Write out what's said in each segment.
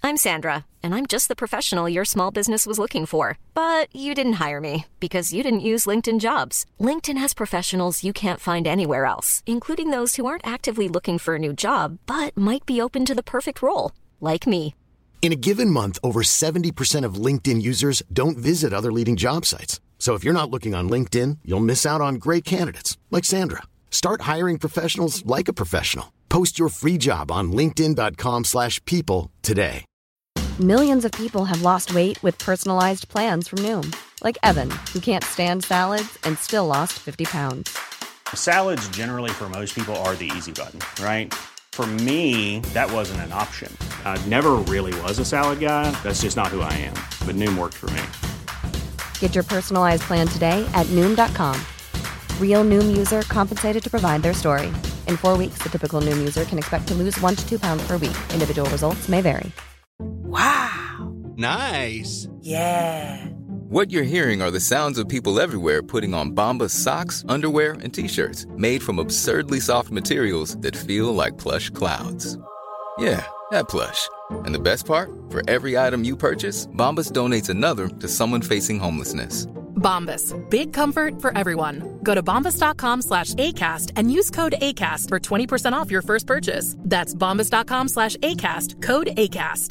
I'm Sandra, and I'm just the professional your small business was looking for. But you didn't hire me because you didn't use LinkedIn Jobs. LinkedIn has professionals you can't find anywhere else, including those who aren't actively looking for a new job, but might be open to the perfect role, like me. In a given month, over 70% of LinkedIn users don't visit other leading job sites. So if you're not looking on LinkedIn, you'll miss out on great candidates like Sandra. Start hiring professionals like a professional. Post your free job on linkedin.com/people today. Millions of people have lost weight with personalized plans from Noom. Like Evan, who can't stand salads and still lost 50 pounds. Salads generally for most people are the easy button, right? For me, that wasn't an option. I never really was a salad guy. That's just not who I am. But Noom worked for me. Get your personalized plan today at Noom.com. Real Noom user compensated to provide their story. In 4 weeks, the typical Noom user can expect to lose 1 to 2 pounds per week. Individual results may vary. Wow. Nice. Yeah. What you're hearing are the sounds of people everywhere putting on Bombas socks, underwear, and T-shirts made from absurdly soft materials that feel like plush clouds. Yeah, that plush. And the best part? For every item you purchase, Bombas donates another to someone facing homelessness. Bombas. Big comfort for everyone. Go to bombas.com/ACAST and use code ACAST for 20% off your first purchase. That's bombas.com/ACAST. Code ACAST.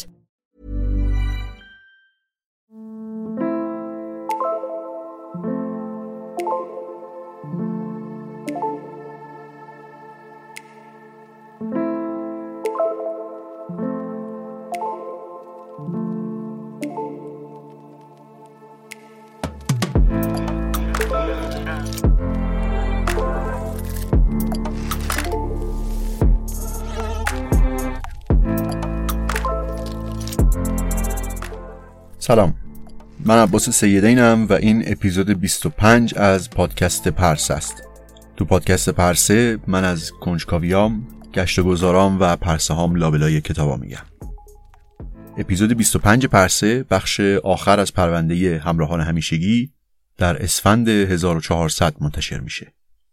سلام، من عباس سیدینم و این اپیزود 25 از پادکست پرسه است. تو پادکست پرسه من از کنجکاویام، گشت و گذارام و پرسه هام لابلای کتابا میگم. اپیزود 25 پرسه بخش آخر از پرونده همراهان همیشگی در اسفند 1400 منتشر میشه.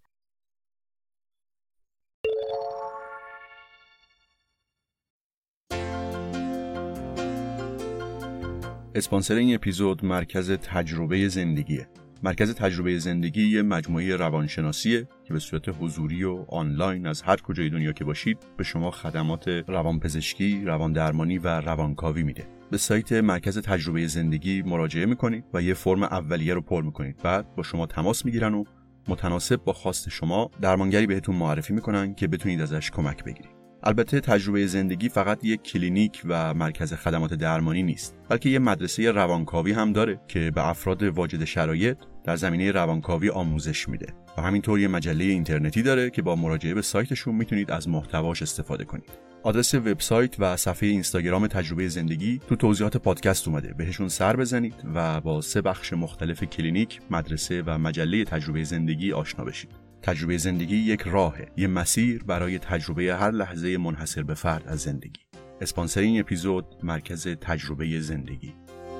اسپانسر این اپیزود مرکز تجربه زندگیه. مرکز تجربه زندگی یه مجموعه روانشناسیه که به صورت حضوری و آنلاین از هر کجای دنیا که باشید به شما خدمات روانپزشکی، رواندرمانی و روانکاوی میده. به سایت مرکز تجربه زندگی مراجعه میکنید و یه فرم اولیه رو پر میکنید. بعد با شما تماس میگیرن و متناسب با خواست شما درمانگری بهتون معرفی میکنن که بتونید ازش کمک بگیرید. البته تجربه زندگی فقط یک کلینیک و مرکز خدمات درمانی نیست، بلکه یه مدرسه روانکاوی هم داره که به افراد واجد شرایط در زمینه روانکاوی آموزش میده و همینطور یه مجله اینترنتی داره که با مراجعه به سایتشون میتونید از محتواش استفاده کنید. آدرس وبسایت و صفحه اینستاگرام تجربه زندگی تو توضیحات پادکست اومده، بهشون سر بزنید و با 3 بخش مختلف کلینیک، مدرسه و مجله تجربه زندگی آشنا بشید. تجربه زندگی یک راهه، یه مسیر برای تجربه هر لحظه منحصر به فرد از زندگی. اسپانسر این اپیزود مرکز تجربه زندگی.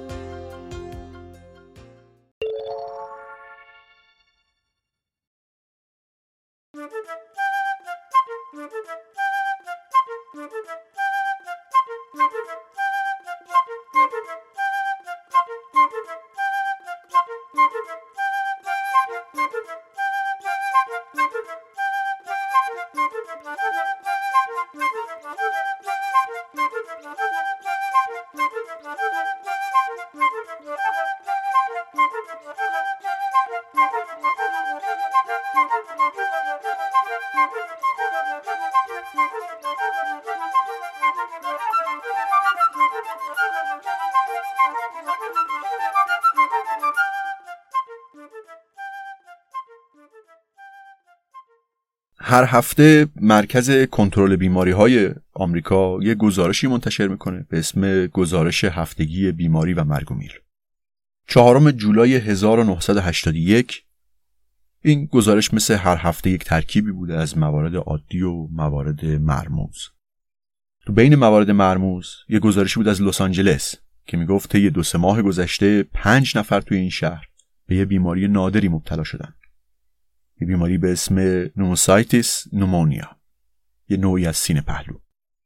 هر هفته مرکز کنترل بیماری‌های آمریکا یه گزارشی منتشر میکنه به اسم گزارش هفتگی بیماری و مرگ و میر. 4 جولای 1981 این گزارش مثل هر هفته یک ترکیبی بوده از موارد عادی و موارد مرموز. تو بین موارد مرموز یه گزارشی بود از لس آنجلس که میگفت طی 2-3 ماه گذشته 5 نفر توی این شهر به یه بیماری نادری مبتلا شدن. یه بیماری به اسم نوموسایتیس نومونیا، یه نوعی از سینه پهلو.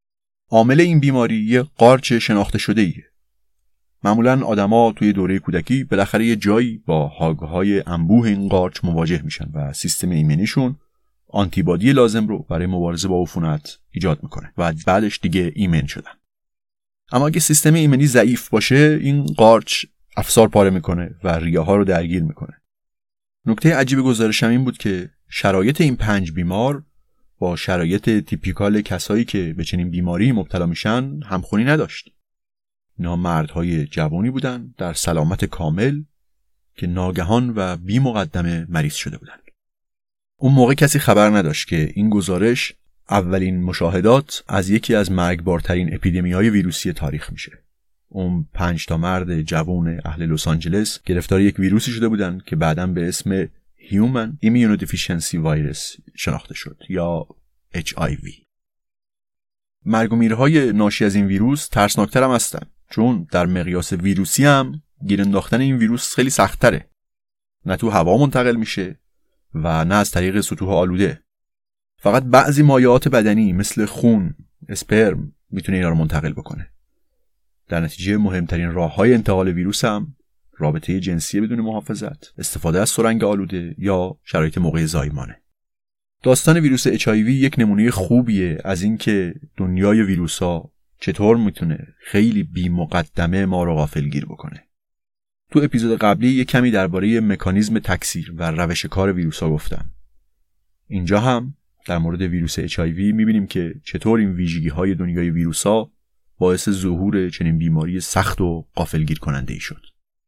عامل این بیماری یه قارچ شناخته شده ایه. معمولاً آدما توی دوره کودکی بالاخره یه جایی با هاگهای انبوه این قارچ مواجه میشن و سیستم ایمنیشون آنتیبادی لازم رو برای مبارزه با عفونت ایجاد میکنه و بعدش دیگه ایمن شدن. اما اگه سیستم ایمنی ضعیف باشه، این قارچ افسار پاره میکنه و ریه‌ها رو درگیر میکنه. نکته عجیب گزارشم این بود که شرایط این 5 بیمار با شرایط تیپیکال کسایی که به چنین بیماری مبتلا میشن همخونی نداشت. اینا مردهای جوانی بودن در سلامت کامل که ناگهان و بی مقدمه مریض شده بودن. اون موقع کسی خبر نداشت که این گزارش اولین مشاهدات از یکی از مرگبارترین اپیدمی‌های ویروسی تاریخ میشه. اون 5 تا مرد جوان اهل لس آنجلس گرفتار یک ویروسی شده بودن که بعداً به اسم Human Immunodeficiency Virus شناخته شد یا HIV. مرگ و میرهای ناشی از این ویروس ترسناکتر هم هستن، چون در مقیاس ویروسی هم گیر انداختن این ویروس خیلی سخت‌تره. نه تو هوا منتقل میشه و نه از طریق سطوح آلوده. فقط بعضی مایعات بدنی مثل خون، اسپرم میتونه اینا رو منتقل بکنه. در نتیجه مهمترین راه‌های انتقال ویروس هم رابطه جنسی بدون محافظت، استفاده از سرنگ آلوده یا شرایط موقع زایمانه. داستان ویروس HIV یک نمونه خوبیه از اینکه دنیای ویروس‌ها چطور میتونه خیلی بی مقدمه ما رو غافلگیر بکنه. تو اپیزود قبلی یک کمی درباره مکانیزم تکثیر و روش کار ویروس‌ها گفتم. اینجا هم در مورد ویروس HIV میبینیم که چطور این ویژگی‌های دنیای ویروس‌ها باعث ظهور چنین بیماری سخت و غافلگیر کننده‌ای شد.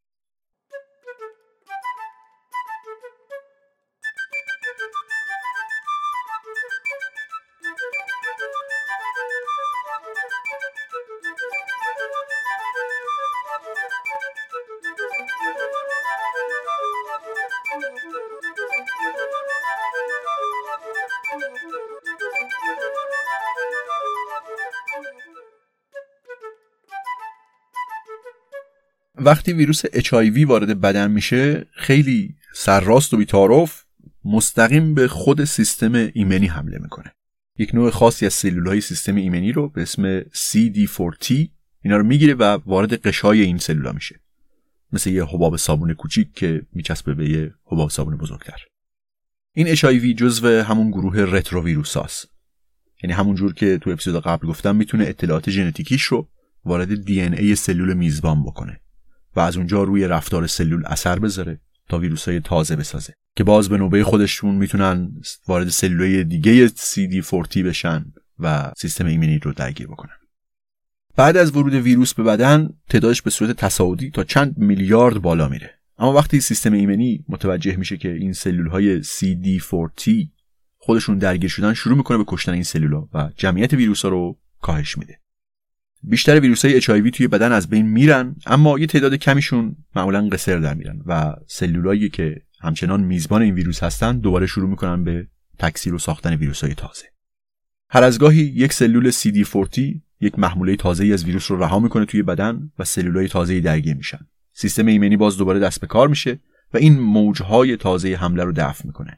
وقتی ویروس HIV وارد بدن میشه، خیلی سرراست و بی‌تعارف مستقیم به خود سیستم ایمنی حمله میکنه. یک نوع خاصی از سلولهای سیستم ایمنی رو به اسم CD4T اینا رو میگیره و وارد قشای این سلولا میشه. مثل یه حباب صابون کوچیک که میچسبه به یه حباب صابون بزرگتر. این HIV جزو همون گروه رتروویروساست. یعنی همون جور که تو اپیزود قبل گفتم میتونه اطلاعات ژنتیکیش رو وارد DNA سلول میزبان بکنه و از اونجا روی رفتار سلول اثر بذاره تا ویروسای تازه بسازه که باز به نوبه خودشون میتونن وارد سلولای دیگه CD4T بشن و سیستم ایمنی رو درگیر بکنن. بعد از ورود ویروس به بدن تعدادش به صورت تصاعدی تا چند میلیارد بالا میره. اما وقتی سیستم ایمنی متوجه میشه که این سلولهای CD4T خودشون درگیر شدن، شروع میکنه به کشتن این سلولا و جمعیت ویروسا رو کاهش میده. بیشتر ویروسای HIV توی بدن از بین میرن، اما یه تعداد کمیشون معمولاً قصر در میرن و سلولایی که همچنان میزبان این ویروس هستن دوباره شروع میکنن به تکثیر و ساختن ویروسای تازه. هر از گاهی یک سلول CD4T یک محموله تازه‌ای از ویروس رو رها میکنه توی بدن و سلولای تازه‌ای درگیر میشن. سیستم ایمنی باز دوباره دست به کار میشه و این موجهای تازه حمله رو دفع میکنه.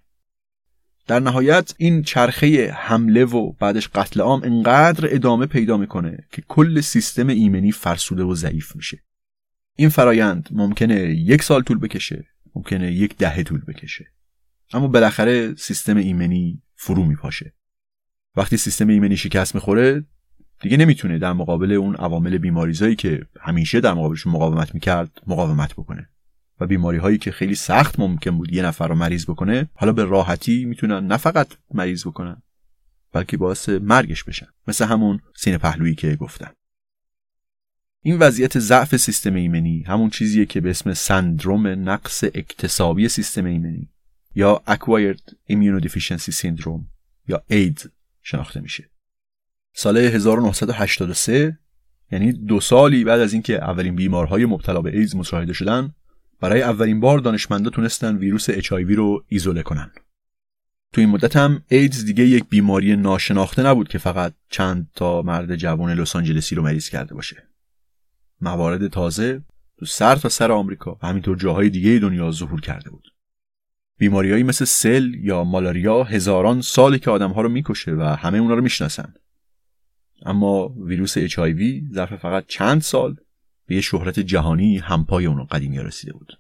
در نهایت این چرخه حمله و بعدش قتل عام انقدر ادامه پیدا میکنه که کل سیستم ایمنی فرسوده و ضعیف میشه. این فرایند ممکنه 1 سال طول بکشه، ممکنه 10 دهه طول بکشه، اما بالاخره سیستم ایمنی فرو میپاشه. وقتی سیستم ایمنی شکست میخوره دیگه نمیتونه در مقابل اون عوامل بیماریزایی که همیشه در مقابلشون مقاومت میکرد مقاومت بکنه و بیماری‌هایی که خیلی سخت ممکن بود یه نفر رو مریض بکنه حالا به راحتی میتونن نه فقط مریض بکنن بلکه باعث مرگش بشن، مثل همون سینه پهلویی که گفتم. این وضعیت ضعف سیستم ایمنی همون چیزیه که به اسم سندروم نقص اکتسابی سیستم ایمنی یا Acquired Immunodeficiency Syndrome یا AIDS شناخته میشه. سال 1983 یعنی 2 سالی بعد از اینکه اولین بیمارهای مبتلا به ایدز مشاهده شدن، برای اولین بار دانشمندا تونستن ویروس HIV رو ایزوله کنن. تو این مدت هم ایدز دیگه یک بیماری ناشناخته نبود که فقط چند تا مرد جوان لس آنجلسی رو مریض کرده باشه. موارد تازه تو سر آمریکا و همینطور جاهای دیگه دنیا ظهور کرده بود. بیماریایی مثل سل یا مالاریا هزاران ساله که آدم‌ها رو میکشه و همه اونا رو میشناسن. اما ویروس HIV ظرف فقط چند سال به یه شهرت جهانی همپای اون قدیمی رسیده بود.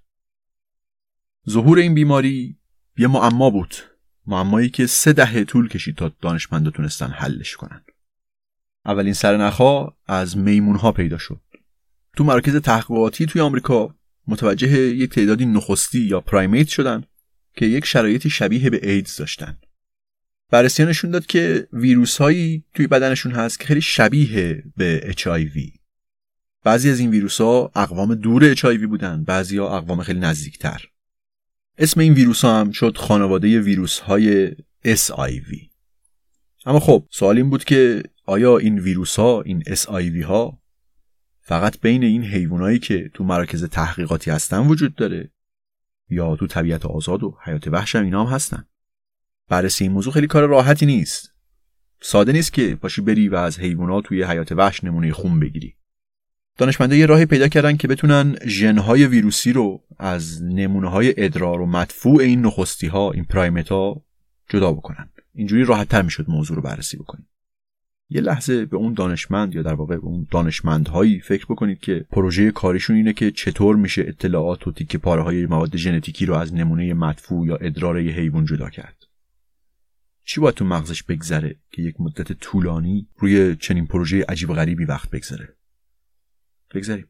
ظهور این بیماری یه معما بود، معمایی که 3 دهه طول کشید تا دانشمندا تونستن حلش کنن. اولین سرنخ‌ها از میمون‌ها پیدا شد. تو مراکز تحقیقاتی توی آمریکا متوجه یک تعدادی نخستی یا پرایمیت شدن که یک شرایطی شبیه به ایدز داشتن. بررسی نشون داد که ویروس‌هایی توی بدنشون هست که خیلی شبیه به HIV. بعضی از این ویروس‌ها اقوام دور HIV بودن، بعضی‌ها اقوام خیلی نزدیکتر. اسم این ویروس‌ها هم شد خانواده ویروس‌های SIV. اما خب سوال این بود که آیا این ویروس‌ها، این SIV ها فقط بین این حیوانایی که تو مراکز تحقیقاتی هستن وجود داره یا تو طبیعت آزاد و حیات وحش هم اینا هم هستن؟ بررسی این موضوع خیلی کار راحتی نیست. ساده نیست که پاشی بری و از حیوانات توی حیات وحش نمونه خون بگیری. دانشمندا یه راهی پیدا کردن که بتونن ژن‌های ویروسی رو از نمونه‌های ادرار و مدفوع این نخستی‌ها، این پرایمت‌ها جدا بکنن. اینجوری راحت‌تر میشد موضوع رو بررسی بکنید. یه لحظه به اون دانشمند یا در واقع به اون دانشمندهایی فکر بکنید که پروژه کاریشون اینه که چطور میشه اطلاعات و تیکه پاره‌های مواد ژنتیکی رو از نمونه مدفوع یا ادرار یه حیوان جدا کرد. چی باید تو مغزش بگذره که یک مدت طولانی روی چنین پروژه عجیب غریبی وقت بگذره؟ بگذاریم.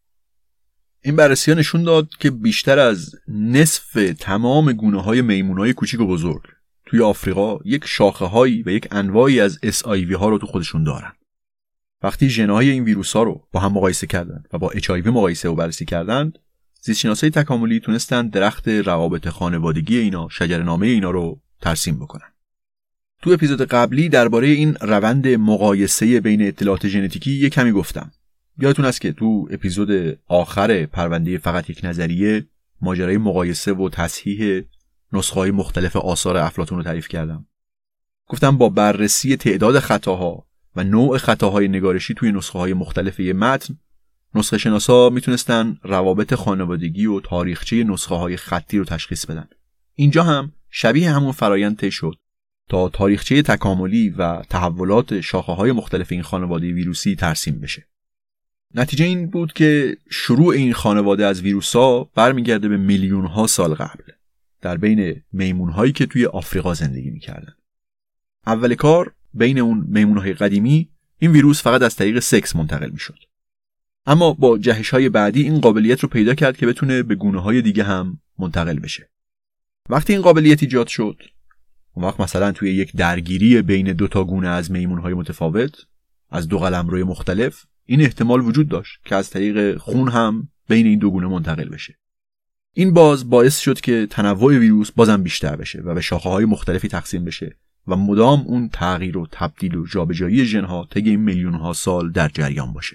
این بررسی‌ها نشون داد که بیشتر از نصف تمام گونه‌های میمون‌های کوچیک و بزرگ توی آفریقا یک شاخه‌هایی و یک انواعی از SIV ها رو تو خودشون دارن. وقتی ژن‌های این ویروس‌ها رو با هم مقایسه کردن و با HIV مقایسه و بررسی کردند، زیستشناسای تکاملی تونستن درخت روابط خانوادگی اینا، شجره‌نامه اینا رو ترسیم بکنن. تو اپیزود قبلی درباره این روند مقایسه بین اطلاعات ژنتیکی یه کمی گفتم. یادتون هست که تو اپیزود آخر پرونده فقط یک نظریه ماجرای مقایسه و تصحیح نسخه‌های مختلف آثار افلاطون رو تعریف کردم. گفتم با بررسی تعداد خطاها و نوع خطاهای نگارشی توی نسخه‌های مختلف یه متن، نسخه شناسا میتونستن روابط خانوادگی و تاریخچه نسخه‌های خطی رو تشخیص بدن. اینجا هم شبیه همون فرآیند طی شد تا تاریخچه تکاملی و تحولات شاخه‌های مختلف این خانواده ویروسی ترسیم بشه. نتیجه این بود که شروع این خانواده از ویروس‌ها برمیگرده به میلیون‌ها سال قبل، در بین میمون‌هایی که توی آفریقا زندگی می‌کردن. اول کار بین اون میمون‌های قدیمی این ویروس فقط از طریق سکس منتقل می‌شد. اما با جهش‌های بعدی این قابلیت رو پیدا کرد که بتونه به گونه‌های دیگه هم منتقل بشه. وقتی این قابلیت ایجاد شد، اون وقت مثلا توی یک درگیری بین 2 تا گونه از میمون‌های متفاوت از 2 قلمرو مختلف، این احتمال وجود داشت که از طریق خون هم بین این 2 گونه منتقل بشه. این باعث شد که تنوع ویروس بازم بیشتر بشه و به شاخه‌های مختلفی تقسیم بشه و مدام اون تغییر و تبدیل و جابجایی ژن‌ها طی این میلیون‌ها سال در جریان باشه.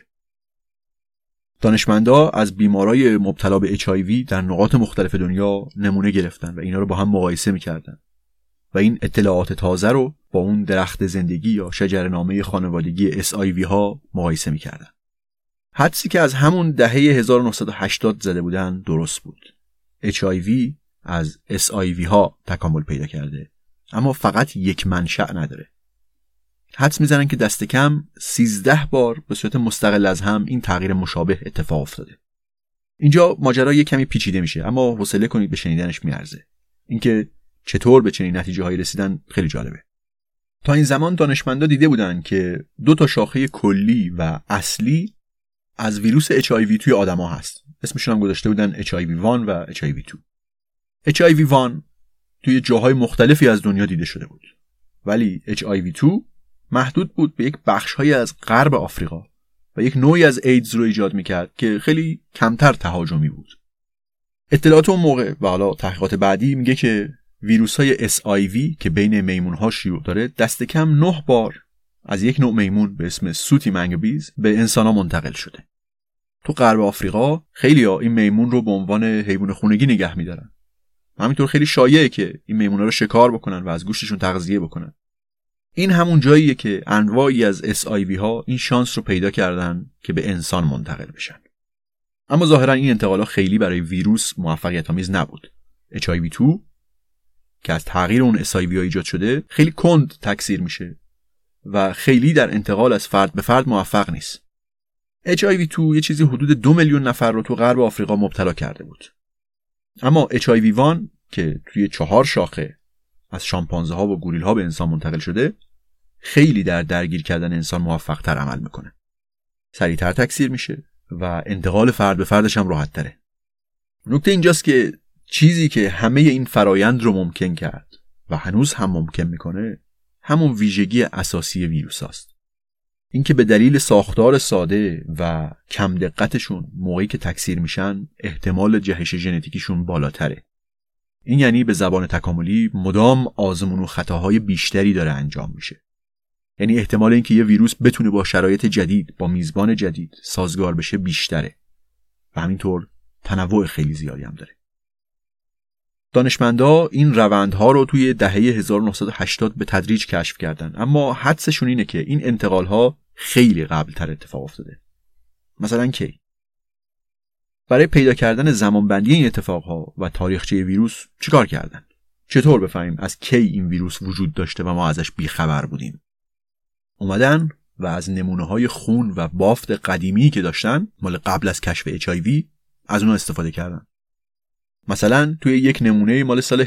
دانشمندا از بیمارای مبتلا به HIV در نقاط مختلف دنیا نمونه گرفتن و اینا رو با هم مقایسه می‌کردن و این اطلاعات تازه رو با اون درخت زندگی یا شجره‌نامه خانوادگی SIV ها مقایسه می‌کردن. حدسی که از همون دهه 1980 زده بودن درست بود. HIV از SIV ها تکامل پیدا کرده، اما فقط یک منشأ نداره. حدس میزنن که دست کم 13 بار به صورت مستقل از هم این تغییر مشابه اتفاق افتاده. اینجا ماجرا یک کمی پیچیده میشه، اما حوصله کنید به شنیدنش میارزه. اینکه چطور به چنین نتیجه‌هایی رسیدن خیلی جالبه. تا این زمان دانشمندا دیده بودن که 2 تا شاخه کلی و اصلی از ویروس HIV توی آدما هست. اسمشون هم گذاشته بودن HIV1 و HIV2. HIV1 توی جاهای مختلفی از دنیا دیده شده بود، ولی HIV2 محدود بود به یک بخش‌هایی از غرب آفریقا و یک نوعی از ایدز رو ایجاد می‌کرد که خیلی کمتر تهاجمی بود. اطلاعات اون موقع و حالا تحقیقات بعدی میگه که ویروس‌های SIV که بین میمون‌ها شیوع داره دست کم 9 بار از یک نوع میمون به اسم سوتی منگبیز به انسان‌ها منتقل شده. تو غرب آفریقا خیلی‌ها این میمون رو به عنوان حیوان خونگی نگه می‌دارن. همینطور خیلی شایعه که این میمونا رو شکار بکنن و از گوشتشون تغذیه بکنن. این همون جاییه که انواعی از SIV ها این شانس رو پیدا کردن که به انسان منتقل بشن. اما ظاهرا این انتقال‌ها خیلی برای ویروس موفقیت‌آمیز نبود. HIV2 که از تغییر اون SIV ها ایجاد شده خیلی کند تکثیر میشه و خیلی در انتقال از فرد به فرد موفق نیست. HIV-2 یه چیزی حدود 2 میلیون نفر رو تو غرب آفریقا مبتلا کرده بود. اما HIV-1 که توی 4 شاخه از شامپانزه ها و گوریل ها به انسان منتقل شده، خیلی در درگیر کردن انسان موفق تر عمل میکنه. سریعتر تکثیر میشه و انتقال فرد به فردش هم راحت تره. نکته اینجاست که چیزی که همه این فرایند رو ممکن کرد و هنوز هم ممکن میکنه همون ویژگی اساسی ویروس هاست. این که به دلیل ساختار ساده و کم دقتشون موقعی که تکثیر میشن احتمال جهش ژنتیکیشون بالاتره. این یعنی به زبان تکاملی مدام آزمون و خطاهای بیشتری داره انجام میشه. یعنی احتمال اینکه یه ویروس بتونه با شرایط جدید، با میزبان جدید سازگار بشه بیشتره و همینطور تنوع خیلی زیادی هم داره. دانشمندا این روندها رو توی دهه 1980 به تدریج کشف کردن، اما حدسشون اینه که این انتقالها خیلی قبل‌تر اتفاق افتاده. مثلا کی؟ برای پیدا کردن زمانبندی این اتفاقها و تاریخچه ویروس چیکار کردن؟ چطور بفهمیم از کی این ویروس وجود داشته و ما ازش بیخبر بودیم؟ اومدن و از نمونه‌های خون و بافت قدیمی که داشتن مال قبل از کشف HIV از اونها استفاده کردن. مثلا توی یک نمونه مال سال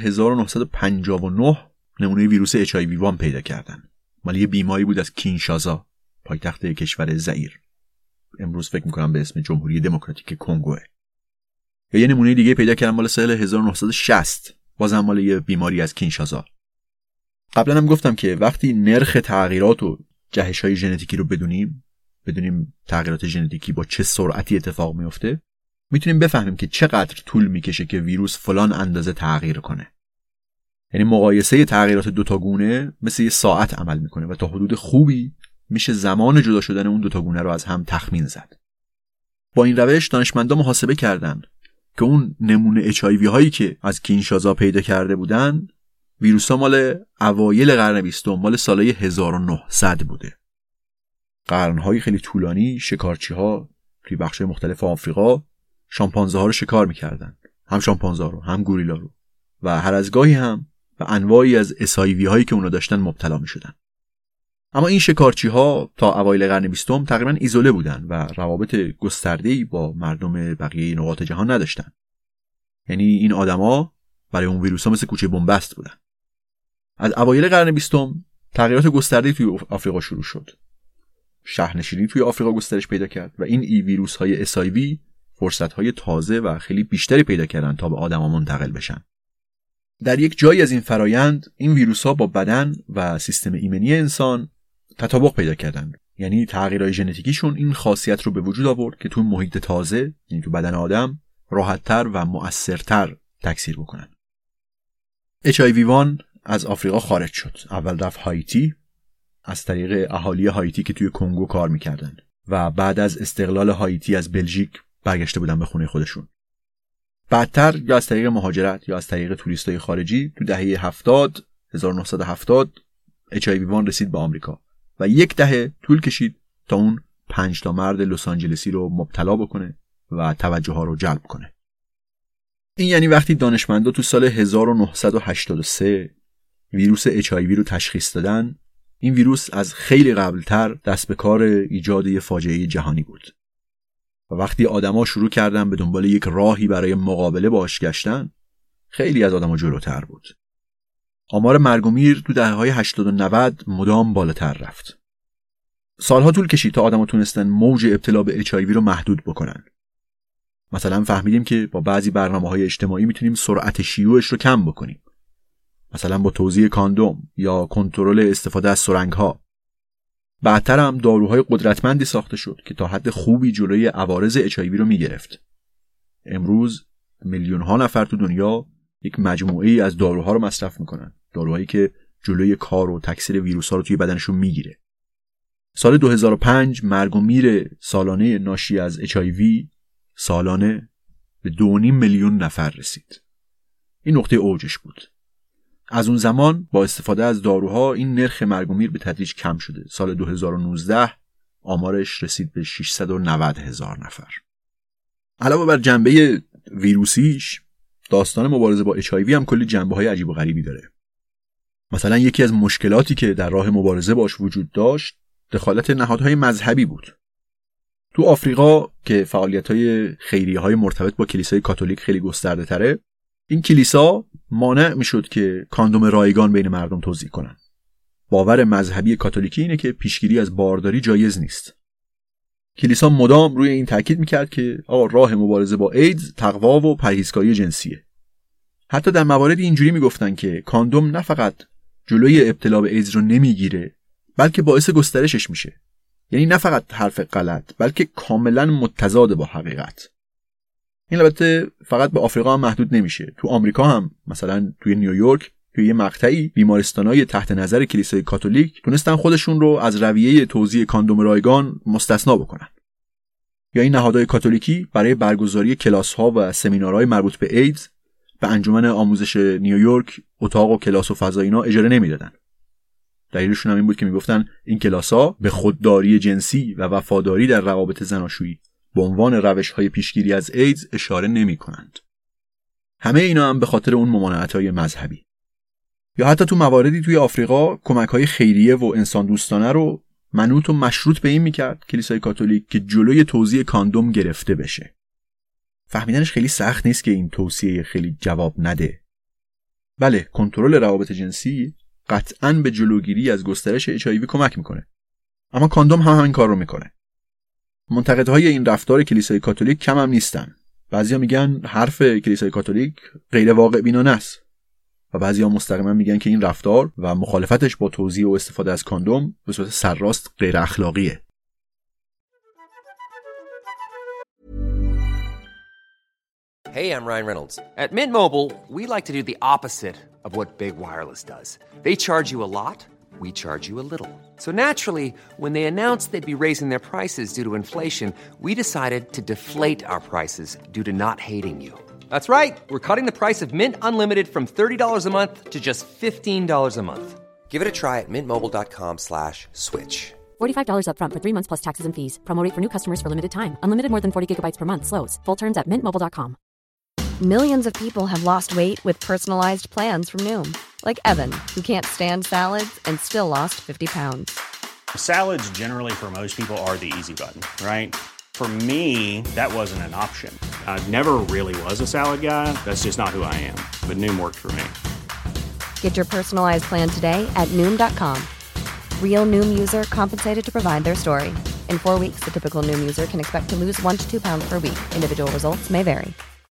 1959 نمونه ویروس HIV-1 پیدا کردن. مال یه بیماری بود از کینشاسا، پایتخت کشور زائیر. امروز فکر می‌کنم به اسم جمهوری دموکراتیک کنگوه. یا یه نمونه دیگه پیدا کردن مال سال 1960، بازم مال یه بیماری از کینشاسا. قبلا هم گفتم که وقتی نرخ تغییرات و جهش‌های ژنتیکی رو بدونیم تغییرات ژنتیکی با چه سرعتی اتفاق میفته، میتونیم بفهمیم که چقدر طول میکشه که ویروس فلان اندازه تغییر کنه. یعنی مقایسه تغییرات دوتا گونه مثل یه ساعت عمل میکنه و تا حدود خوبی میشه زمان جدا شدن اون دوتا گونه رو از هم تخمین زد. با این روش دانشمندا محاسبه کردن که اون نمونه HIV هایی که از کینشاسا پیدا کرده بودن ویروسا مال اوایل قرن 20، مال سالهای 1900 بوده. قرن‌های خیلی طولانی شکارچی‌ها توی بخش‌های مختلف آفریقا شامپانزه ها رو شکار می‌کردن، هم شامپانزه ها رو هم گوریلا رو، و هر از گاهی هم به انواعی از SIV هایی که اونا داشتن مبتلا می‌شدن. اما این شکارچی‌ها تا اوایل قرن 20 تقریباً ایزوله بودن و روابط گسترده‌ای با مردم بقیه نقاط جهان نداشتن. یعنی این آدما برای اون ویروس‌ها مثل کوچه بن‌بست بودن. از اوایل قرن 20 تغییرات گسترده‌ای توی آفریقا شروع شد. شهرنشینی توی آفریقا گسترش پیدا کرد و این ویروس‌های SIV فرصت‌های تازه و خیلی بیشتری پیدا کردن تا به آدم‌ها منتقل بشن. در یک جایی از این فرایند این ویروس‌ها با بدن و سیستم ایمنی انسان تطابق پیدا کردن. یعنی تغییرهای ژنتیکیشون این خاصیت رو به وجود آورد که تو محیط تازه، یعنی تو بدن آدم، راحت‌تر و مؤثرتر تکثیر بکنن. HIV-1 از آفریقا خارج شد. اول رفت هایتی از طریق اهالی هایتی که توی کنگو کار می‌کردن و بعد از استقلال هایتی از بلژیک برگشته بودن به خونه خودشون. بعدتر یا از طریق مهاجرت یا از طریق توریستای خارجی تو دهه 1970 HIV-1 رسید به آمریکا و یک دهه طول کشید تا اون 5 تا مرد لس آنجلسی رو مبتلا بکنه و توجه ها رو جلب کنه. این یعنی وقتی دانشمندا تو سال 1983 ویروس HIV رو تشخیص دادن، این ویروس از خیلی قبلتر دست به کار ایجاد یه فاجعه جهانی بود. و وقتی آدما شروع کردن به دنبال یک راهی برای مقابله باهاش گشتن، خیلی از آدما جلوتر بود. آمار مرگ و میر تو دهه‌های 80 و 90 مدام بالاتر رفت. سالها طول کشید تا آدما تونستن موج ابتلا به HIV رو محدود بکنن. مثلا فهمیدیم که با بعضی برنامه‌های اجتماعی میتونیم سرعت شیوعش رو کم بکنیم. مثلا با توزیع کاندوم یا کنترل استفاده از سرنگ‌ها. بعدتر هم داروهای قدرتمندی ساخته شد که تا حد خوبی جلوی عوارض HIV رو میگرفت. امروز میلیون‌ها نفر تو دنیا یک مجموعه‌ای از داروها رو مصرف میکنن. داروهایی که جلوی کار و تکثیر ویروس‌ها رو توی بدنشون میگیره. سال 2005 مرگ و میر سالانه ناشی از HIV سالانه به 2.5 میلیون نفر رسید. این نقطه اوجش بود. از اون زمان با استفاده از داروها این نرخ مرگ و میر به تدریج کم شده. سال 2019 آمارش رسید به 690,000 نفر. علاوه بر جنبه ویروسیش، داستان مبارزه با HIV هم کلی جنبه‌های عجیب و غریبی داره. مثلا یکی از مشکلاتی که در راه مبارزه باش وجود داشت دخالت نهادهای مذهبی بود. تو آفریقا که فعالیت‌های خیریه‌های مرتبط با کلیسای کاتولیک خیلی گسترده‌تره، این کلیسا مانع میشد که کاندوم رایگان بین مردم توزیع کنن. باور مذهبی کاتولیکی اینه که پیشگیری از بارداری جایز نیست. کلیسا مدام روی این تاکید میکرد که راه مبارزه با ایدز تقوا و پرهیزکاری جنسیه. حتی در مواردی اینجوری میگفتن که کاندوم نه فقط جلوی ابتلا به ایدز رو نمیگیره، بلکه باعث گسترشش میشه. یعنی نه فقط حرف غلط، بلکه کاملا متضاد با حقیقت. این البته فقط به آفریقا هم محدود نمیشه. تو آمریکا هم مثلا توی نیویورک توی یه مقطعی بیمارستانای تحت نظر کلیسای کاتولیک تونستن خودشون رو از رویه توزیع کاندوم رایگان مستثنا بکنن. یا این نهادهای کاتولیکی برای برگزاری کلاس‌ها و سمینارهای مربوط به ایدز به انجمن آموزش نیویورک اتاق و کلاس و فضا اینا اجازه نمیدادن. دلیلشون هم این بود که میگفتن این کلاس‌ها به خودداری جنسی و وفاداری در روابط زناشویی به عنوان روش‌های پیشگیری از ایدز اشاره نمی‌کنند. همه اینا هم به خاطر اون ممانعت‌های مذهبی. یا حتی تو مواردی توی آفریقا کمک‌های خیریه و انسان دوستانه رو منوط و مشروط به این می‌کرد کلیسای کاتولیک که جلوی توزیع کاندوم گرفته بشه. فهمیدنش خیلی سخت نیست که این توصیه خیلی جواب نده. بله، کنترل روابط جنسی قطعاً به جلوگیری از گسترش HIV کمک میکنه. اما کاندوم هم همین کار رو میکنه. منتقدهای این رفتار کلیسای کاتولیک کم هم نیستن. بعضیا میگن حرف کلیسای کاتولیک غیر واقع بینانه است و بعضیا مستقیما میگن که این رفتار و مخالفتش با توزیع و استفاده از کاندوم به صورت سرراست غیر اخلاقیه. Hey, I'm Ryan Reynolds. At Mint Mobile, we like to do the opposite of what Big Wireless does. They charge you a lot, we charge you a little. So naturally, when they announced they'd be raising their prices due to inflation, we decided to deflate our prices due to not hating you. That's right. We're cutting the price of Mint Unlimited from $30 a month to just $15 a month. Give it a try at mintmobile.com/switch. $45 up front for 3 months plus taxes and fees. Promo rate for new customers for limited time. Unlimited more than 40 gigabytes per month. Slows full terms at mintmobile.com. Millions of people have lost weight with personalized plans from Noom. Like Evan, who can't stand salads and still lost 50 pounds. Salads generally for most people are the easy button, right? For me, that wasn't an option. I never really was a salad guy. That's just not who I am. But Noom worked for me. Get your personalized plan today at Noom.com. Real Noom user compensated to provide their story. In 4 weeks, the typical Noom user can expect to lose 1 to 2 pounds per week. Individual results may vary.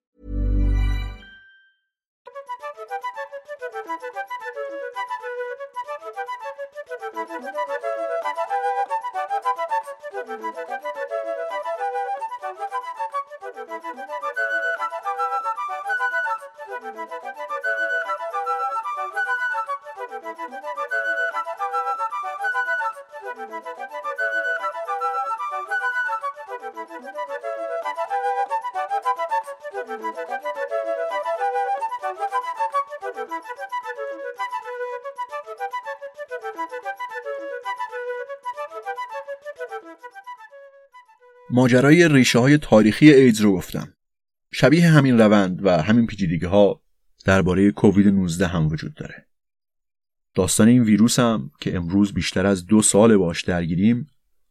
ماجرای ریشه‌های تاریخی ایدز رو گفتم. شبیه همین روند و همین پیچیدگی‌ها درباره کووید 19 هم وجود داره. داستان این ویروس هم که امروز بیشتر از 2 سال باش درگیریم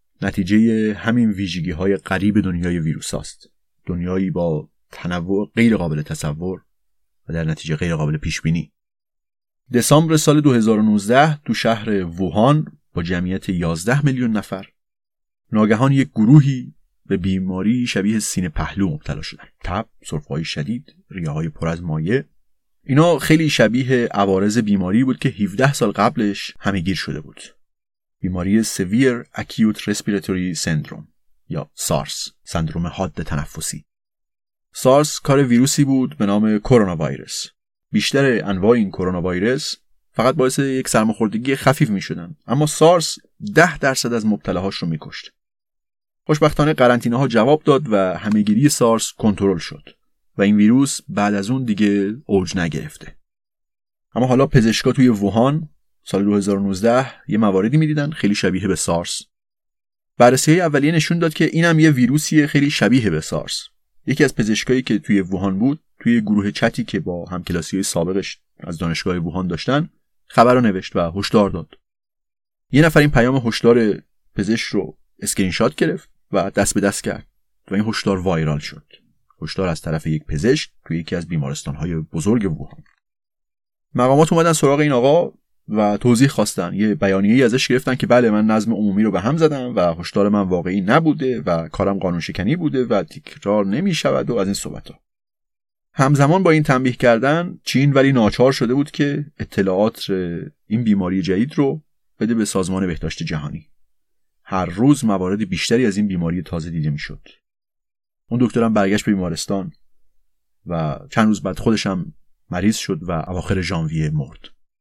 نتیجه همین ویژگی‌های غریب دنیای ویروس است. دنیایی با تنوع غیر قابل تصور و در نتیجه غیر قابل پیش بینی. دسامبر سال 2019 تو شهر ووهان با جمعیت 11 میلیون نفر ناگهان یک گروهی به بیماری شبیه سینه پهلو مبتلا شدن. تب، سرفه‌های شدید، ریه‌های پر از مایع. اینا خیلی شبیه عوارض بیماری بود که 17 سال قبلش همه‌گیر شده بود. بیماری Severe Acute Respiratory Syndrome یا سارس، سندروم حاد تنفسی. سارس کار ویروسی بود به نام کرونا ویروس. بیشتر انواع این کرونا ویروس فقط باعث یک سرماخوردگی خفیف می‌شدن، اما سارس 10% از مبتلاهاش رو می‌کشت. خوشبختانه قرنطینه‌ها جواب داد و همه‌گیری سارس کنترل شد و این ویروس بعد از اون دیگه اوج نگرفته. اما حالا پزشکا توی ووهان سال 2019 یه مواردی می‌دیدن خیلی شبیه به سارس. بررسی‌های اولیه نشون داد که اینم یه ویروسیه خیلی شبیه به سارس. یکی از پزشکایی که توی ووهان بود، توی گروه چتی که با همکلاسی‌های سابقش از دانشگاه ووهان داشتن، خبر رو نوشت و هشدار داد. یه نفر این پیام هشدار پزشک رو اسکرین شات گرفت و دست به دست کرد و این هشدار وایرال شد. هشدار از طرف یک پزشک توی یکی از بیمارستان‌های بزرگ ووهان. مقامات اومدن سراغ این آقا و توضیح خواستن. یه بیانیه‌ای ازش گرفتن که بله من نظم عمومی رو به هم زدم و هشدار من واقعی نبوده و کارم قانون شکنی بوده و تکرار نمی‌شود و از این صحبت‌ها. همزمان با این تنبیه کردن چین ولی ناچار شده بود که اطلاعات این بیماری جدید رو بده به سازمان بهداشت جهانی. هر روز موارد بیشتری از این بیماری تازه دیده میشد. اون دکترم برگشت به بیمارستان و چند روز بعد خودش هم مریض شد و اواخر ژانویه مرد.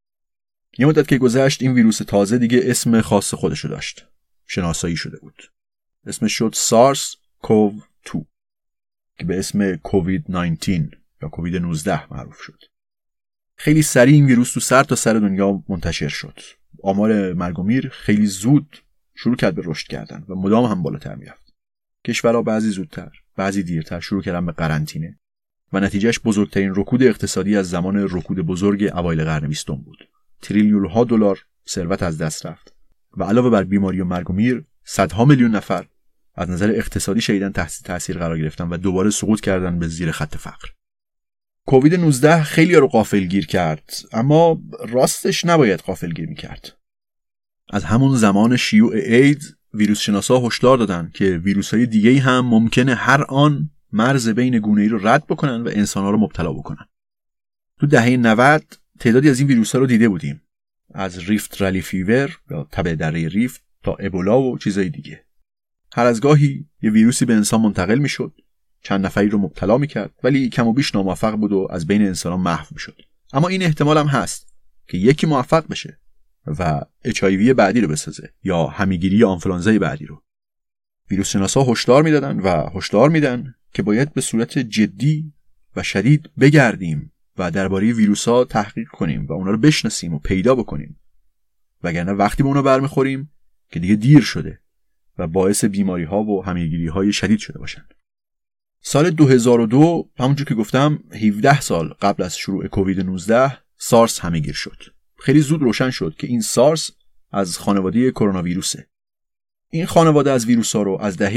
یه مدت که گذشت این ویروس تازه دیگه اسم خاص خودشو داشت. شناسایی شده بود. اسمش شد SARS-CoV-2 که به اسم کووید 19 یا کووید 19 معروف شد. خیلی سریع این ویروس تو سر تا سر دنیا منتشر شد. آمار مرگ و میر خیلی زود شروع کرد به رشد کردن و مدام هم بالاتر میرفت. کشورها بعضی زودتر، بعضی دیرتر شروع کردن به قرنطینه و نتیجهش بزرگترین رکود اقتصادی از زمان رکود بزرگ اوایل قرن 20 بود. تریلیون‌ها دلار ثروت از دست رفت و علاوه بر بیماری و مرگ و میر، صدها میلیون نفر از نظر اقتصادی شدیداً تحت تاثیر قرار گرفتن و دوباره سقوط کردن به زیر خط فقر. کووید 19 خیلی رو غافلگیر کرد، اما راستش نباید غافلگیر می‌کرد. از همون زمان شیوع ایدز ویروس شناسا هشدار دادن که ویروس‌های دیگه‌ای هم ممکنه هر آن مرز بین گونه‌ای رو رد بکنن و انسان‌ها رو مبتلا بکنن. تو دهه 90 تعدادی از این ویروس‌ها رو دیده بودیم. از ریفت رالی فیور یا تب دره ریفت تا ابولا و چیزای دیگه. هر از گاهی یه ویروسی به انسان منتقل میشد، چند نفری رو مبتلا میکرد، ولی کم و بیش ناموفق بود و از بین انسان‌ها محو میشد. اما این احتمال هم هست که یکی موفق بشه و HIV بعدی رو بسازه یا همیگیری آنفولانزای بعدی رو. ویروس شناسا هشدار میدادن و هشدار میدن که باید به صورت جدی و شدید بگردیم و درباره ویروس‌ها تحقیق کنیم و اونا رو بشناسیم و پیدا بکنیم، وگرنه وقتی به اونا برمیخوریم که دیگه دیر شده و باعث بیماری‌ها و همیگیری‌های شدید شده باشن. سال 2002 همونجور که گفتم 17 سال قبل از شروع کووید 19 سارس همه‌گیر شد. خیلی زود روشن شد که این سارس از خانواده کرونا ویروسه. این خانواده از ویروس‌ها رو از دهه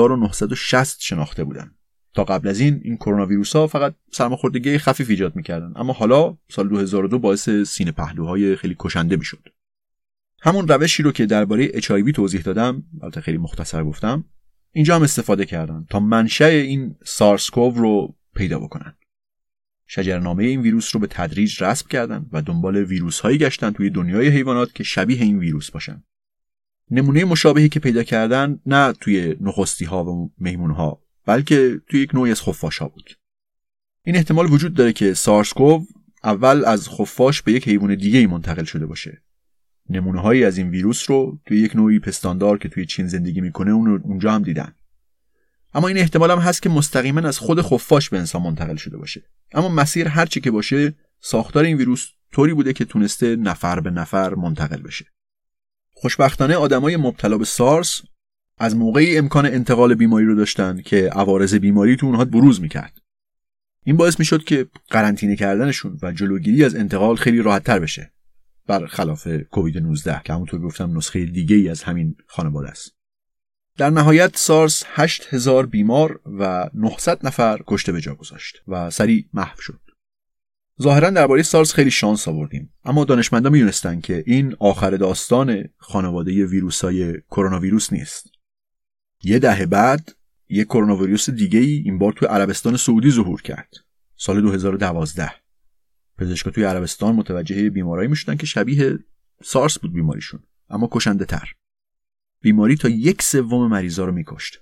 1960 شناخته بودن. تا قبل از این کرونا ویروس‌ها فقط سرماخوردگی خفیف ایجاد می‌کردن، اما حالا سال 2002 باعث سینه پهلوهای خیلی کشنده می‌شد. همون روشی رو که درباره HIV توضیح دادم، البته خیلی مختصر گفتم، اینجا هم استفاده کردن تا منشأ این سارس-کوو رو پیدا بکنن. شجرنامه این ویروس رو به تدریج رسم کردن و دنبال ویروس‌هایی گشتن توی دنیای حیوانات که شبیه این ویروس باشن. نمونه مشابهی که پیدا کردن نه توی نخستی‌ها و میمون‌ها، بلکه توی یک نوعی از خفاش‌ها بود. این احتمال وجود داره که سارس-کوو اول از خفاش به یک حیوان دیگه‌ای منتقل شده باشه. نمونه‌هایی از این ویروس رو توی یک نوعی پستاندار که توی چین زندگی میکنه اونجا هم دیدن. اما این احتمال هم هست که مستقیما از خود خفاش به انسان منتقل شده باشه. اما مسیر هر چی که باشه، ساختار این ویروس طوری بوده که تونسته نفر به نفر منتقل بشه. خوشبختانه آدمای مبتلا به سارس از موقعی امکان انتقال بیماری رو داشتن که عوارض بیماری تو اونها بروز میکرد. این باعث میشد که قرنطینه کردنشون و جلوگیری از انتقال خیلی راحت‌تر بشه، برخلاف کووید 19 که همونطور گفتم نسخه دیگه‌ای از همین خانواده است. در نهایت سارس 8000 بیمار و 900 نفر کشته به جا گذاشت و سریع محو شد. ظاهرا درباره سارس خیلی شانس آوردیم، اما دانشمندان می‌دونستن که این آخر داستان خانواده ویروس‌های کرونا ویروس نیست. یه دهه بعد یک کرونا ویروس دیگه‌ای این بار توی عربستان سعودی ظهور کرد. سال 2012 پزشکا توی عربستان متوجه بیمارایی میشدن که شبیه سارس بود بیماریشون، اما کشنده تر. بیماری تا 1/3 مریضا رو میکشت.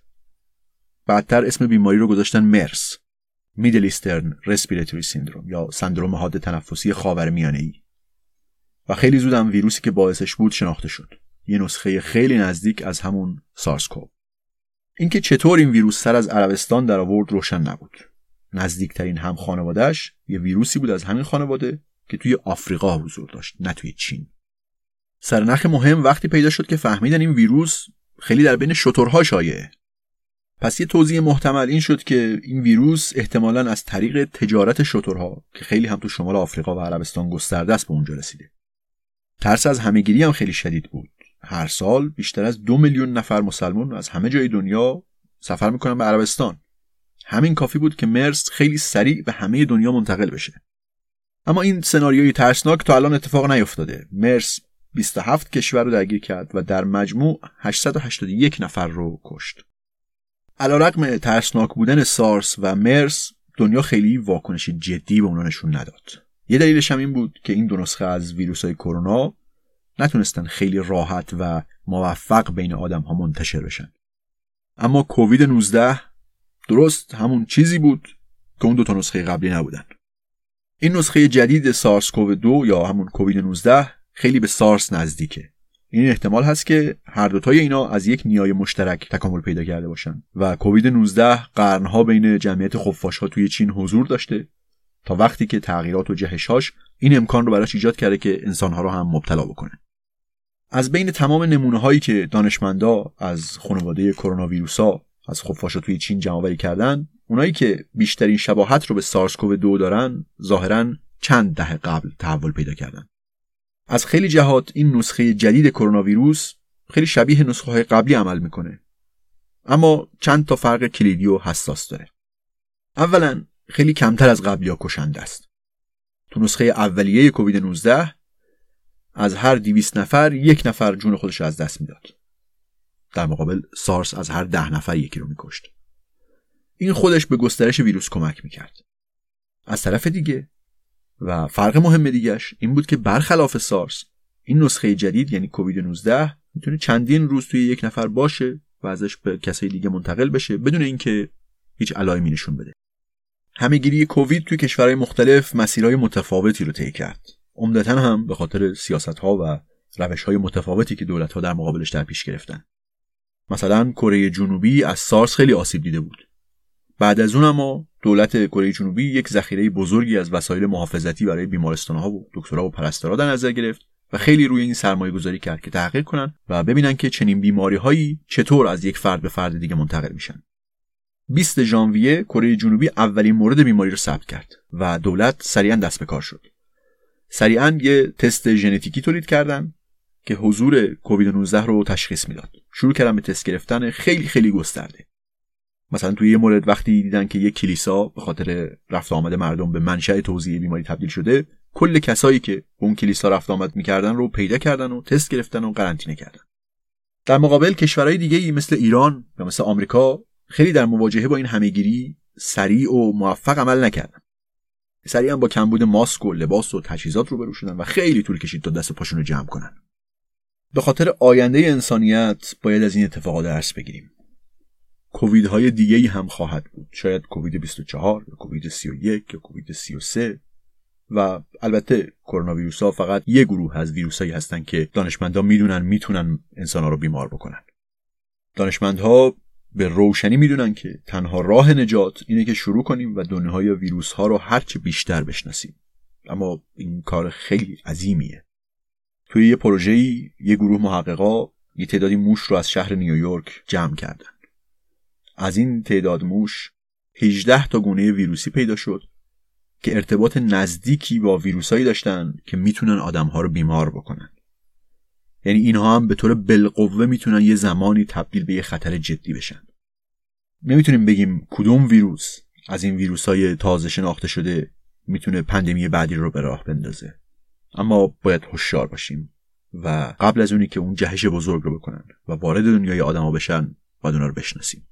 بعدتر اسم بیماری رو گذاشتن مرس، میدل ایسترن رسپیراتوری سیندروم یا سندروم حاد تنفسی خاورمیانه‌ای. و خیلی زود هم ویروسی که باعثش بود شناخته شد. یه نسخه خیلی نزدیک از همون سارس-کوو. اینکه چطور این ویروس سر از عربستان در آورد روشن نبود. نزدیکترین هم خانواده‌اش یه ویروسی بود از همین خانواده که توی آفریقا حضور داشت، نه توی چین. سرنخ مهم وقتی پیدا شد که فهمیدن این ویروس خیلی در بین شترها شایعه. پس یه توضیح محتمل این شد که این ویروس احتمالاً از طریق تجارت شترها که خیلی هم تو شمال آفریقا و عربستان گسترده است به اونجا رسیده. ترس از همه‌گیری هم خیلی شدید بود. هر سال بیشتر از 2 میلیون نفر مسلمان از همه جای دنیا سفر میکنن به عربستان. همین کافی بود که مرس خیلی سریع به همه دنیا منتقل بشه. اما این سناریوی ترسناک تا الان اتفاق نیفتاده. مرس 27 کشور رو درگیر کرد و در مجموع 881 نفر رو کشت. علیرغم ترسناک بودن سارس و مرس، دنیا خیلی واکنش جدی به اونها نشون نداد. یه دلیلش هم این بود که این دو نسخه از ویروس‌های کرونا نتونستن خیلی راحت و موفق بین آدم‌ها منتشر بشن. اما کووید 19 درست همون چیزی بود که اون دو تا نسخه قبلی نبودن. این نسخه جدید سارس کوو 2 یا همون کووید 19 خیلی به سارس نزدیکه. این احتمال هست که هر دوتای اینا از یک نیای مشترک تکامل پیدا کرده باشن و کووید 19 قرنها بین جمعیت خفاش‌ها توی چین حضور داشته تا وقتی که تغییرات و جهش‌هاش این امکان رو براش ایجاد کرده که انسان‌ها رو هم مبتلا بکنه. از بین تمام نمونه‌هایی که دانشمندا از خانواده کرونا ویروسا از خفاش‌ها توی چین جمع‌آوری کردن، اونایی که بیشترین شباهت رو به سارس کوو 2 دارن ظاهراً چند دهه قبل تحول پیدا کردن. از خیلی جهات این نسخه جدید کرونا ویروس خیلی شبیه نسخه‌های قبلی عمل میکنه، اما چند تا فرق کلیدی و حساس داره. اولاً خیلی کمتر از قبلی‌ها کشنده است. تو نسخه اولیه کووید 19 از هر 200 نفر 1 نفر جون خودش رو از دست میداد. در مقابل سارس از هر 10 نفر یکی رو میکشت. این خودش به گسترش ویروس کمک میکرد. از طرف دیگه و فرق مهم دیگه‌اش این بود که برخلاف سارس، این نسخه جدید یعنی کووید 19 میتونه چندین روز توی 1 نفر باشه و ازش به کسای دیگه منتقل بشه بدون اینکه هیچ علائمی نشون بده. همه‌گیری کووید توی کشورهای مختلف مسیرهای متفاوتی رو طی کرد. عمدتاً هم به خاطر سیاست‌ها و روش‌های متفاوتی که دولت‌ها در مقابلش در پیش گرفتن. مثلا کره جنوبی از سارس خیلی آسیب دیده بود. بعد از اون اما دولت کره جنوبی یک ذخیره بزرگی از وسایل محافظتی برای بیمارستان‌ها و دکترها و پرستارا در نظر گرفت و خیلی روی این سرمایه‌گذاری کرد که تحقیق کنن و ببینن که چنین بیماری‌هایی چطور از یک فرد به فرد دیگه منتقل میشن. 20 ژانویه کره جنوبی اولین مورد بیماری رو ثبت کرد و دولت سریعا دست به کار شد. سریعا یه تست ژنتیکی تولید کردن که حضور کووید 19 رو تشخیص میداد. شروع کردن به تست گرفتن خیلی گسترده. مثلا توی یه مورد وقتی دیدن که یک کلیسا به خاطر رفت آمد مردم به منشأ توزیع بیماری تبدیل شده، کل کسایی که به اون کلیسا رفت آمد میکردن رو پیدا کردن و تست گرفتن و قرنطینه کردن. در مقابل کشورهای دیگه‌ای مثل ایران و مثل آمریکا خیلی در مواجهه با این همه‌گیری سریع و موفق عمل نکردن. سریعا با کمبود ماسک و لباس و تجهیزات روبرو شدن و خیلی طول کشید تا دست پاشون رو جمع کنن. به خاطر آینده انسانیت باید از این اتفاقات درس بگیریم. کوویدهای دیگه‌ای هم خواهد بود. شاید کووید 24 یا کووید 31 یا کووید 33 و البته کرونا ویروس‌ها فقط یک گروه از ویروسایی هستن که دانشمندان میدونن میتونن انسان‌ها رو بیمار بکنن. دانشمندها به روشنی میدونن که تنها راه نجات اینه که شروع کنیم و دنیای ویروس‌ها رو هرچه بیشتر بشناسیم. اما این کار خیلی عظیمیه. توی یه پروژه‌ای یه گروه محققا یه تعدادی موش رو از شهر نیویورک جمع کردن. از این تعداد موش 18 تا گونه ویروسی پیدا شد که ارتباط نزدیکی با ویروسایی داشتن که میتونن آدم‌ها رو بیمار بکنن. یعنی اینها هم به طور بالقوه میتونن یه زمانی تبدیل به یه خطر جدی بشن. نمیتونیم بگیم کدوم ویروس از این ویروسای تازه شناخته شده میتونه پاندمی بعدی رو به راه بندازه. اما باید هوشیار باشیم و قبل از اونی که اون جهش بزرگ رو بکنن و وارد دنیای آدما بشن باید اونا رو بشناسیم.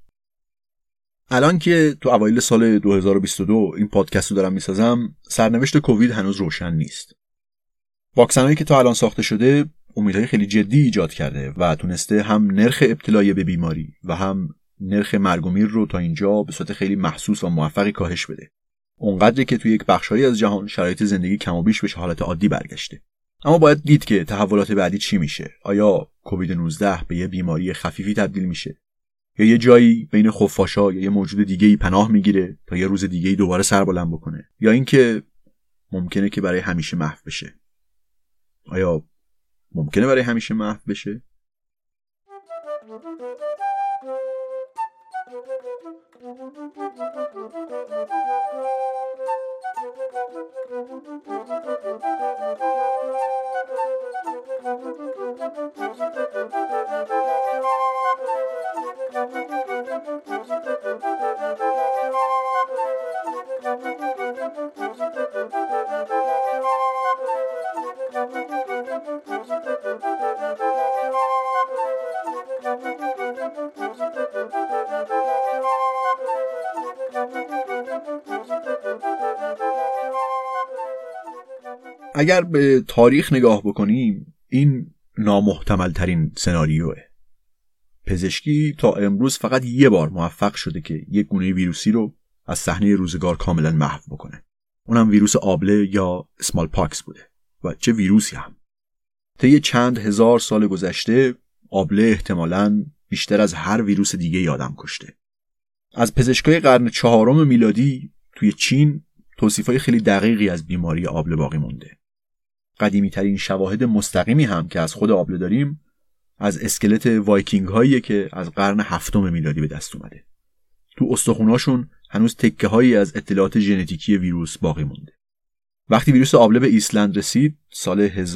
الان که تو اوایل سال 2022 این پادکست رو دارم میسازم، سرنوشت کووید هنوز روشن نیست. واکسنایی که تا الان ساخته شده امیدهای خیلی جدی ایجاد کرده و تونسته هم نرخ ابتلای به بیماری و هم نرخ مرگ و میر رو تا اینجا به صورت خیلی محسوس و موفقی کاهش بده. اونقدری که توی یک بخشایی از جهان شرایط زندگی کم و بیش به حالت عادی برگشته. اما باید دید که تحولات بعدی چی میشه. آیا کووید 19 به یه بیماری خفیفی تبدیل میشه یا یه جایی بین خفاشا یا یه موجود دیگه‌ای پناه میگیره تا یه روز دیگه‌ای دوباره سر بلند بکنه، یا اینکه ممکنه که برای همیشه محو بشه؟ آیا ممکنه برای همیشه محو بشه؟ اگر به تاریخ نگاه بکنیم این نامحتمل ترین سناریوه. پزشکی تا امروز فقط یه بار موفق شده که یک گونه ویروسی رو از صحنه روزگار کاملا محو بکنه. اونم ویروس آبله یا اسمال پاکس بوده و چه ویروسی هم. طی چند هزار سال گذشته آبله احتمالاً بیشتر از هر ویروس دیگه آدم کشته. از پزشکای قرن 4 میلادی توی چین توصیفای خیلی دقیقی از بیماری آبله باقی مونده. قدیمی ترین شواهد مستقیمی هم که از خود آبله داریم از اسکلت وایکینگ هایی که از قرن 7 میلادی به دست اومده. تو استخوناشون هنوز تکه هایی از اطلاعات ژنتیکی ویروس باقی مونده. وقتی ویروس آبله به ایسلند رسید سال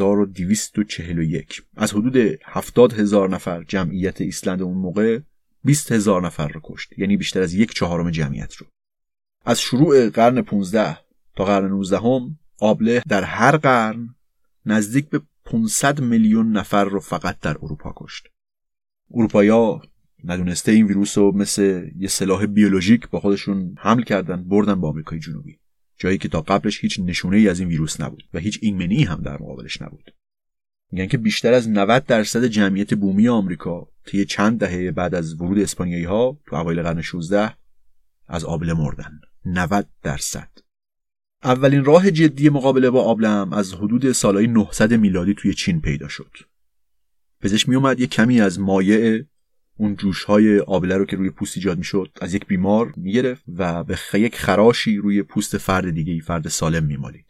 1241 از حدود 70,000 نفر جمعیت ایسلند اون موقع 20,000 نفر رو کشت، یعنی بیشتر از 1/4 جمعیت رو. از شروع قرن 15 تا قرن 19 آبله در هر قرن نزدیک به 500 میلیون نفر رو فقط در اروپا کشت. اروپایی‌ها ندونسته این ویروس رو مثل یه سلاح بیولوژیک با خودشون حمل کردن بردن به آمریکای جنوبی، جایی که تا قبلش هیچ نشونه‌ای از این ویروس نبود و هیچ ایمنی هم در مقابلش نبود. میگن که بیشتر از 90% جمعیت بومی آمریکا طی چند دهه بعد از ورود اسپانیایی‌ها تو اوایل قرن 16 از آبله مردن. 90%. اولین راه جدی مقابله با آبله هم از حدود سالهای 900 میلادی توی چین پیدا شد. پزشک می اومد یک کمی از مایع اون جوش‌های آبله رو که روی پوست ایجاد میشد از یک بیمار میگرفت و به یک خراشی روی پوست فرد دیگه، فرد سالم میمالید.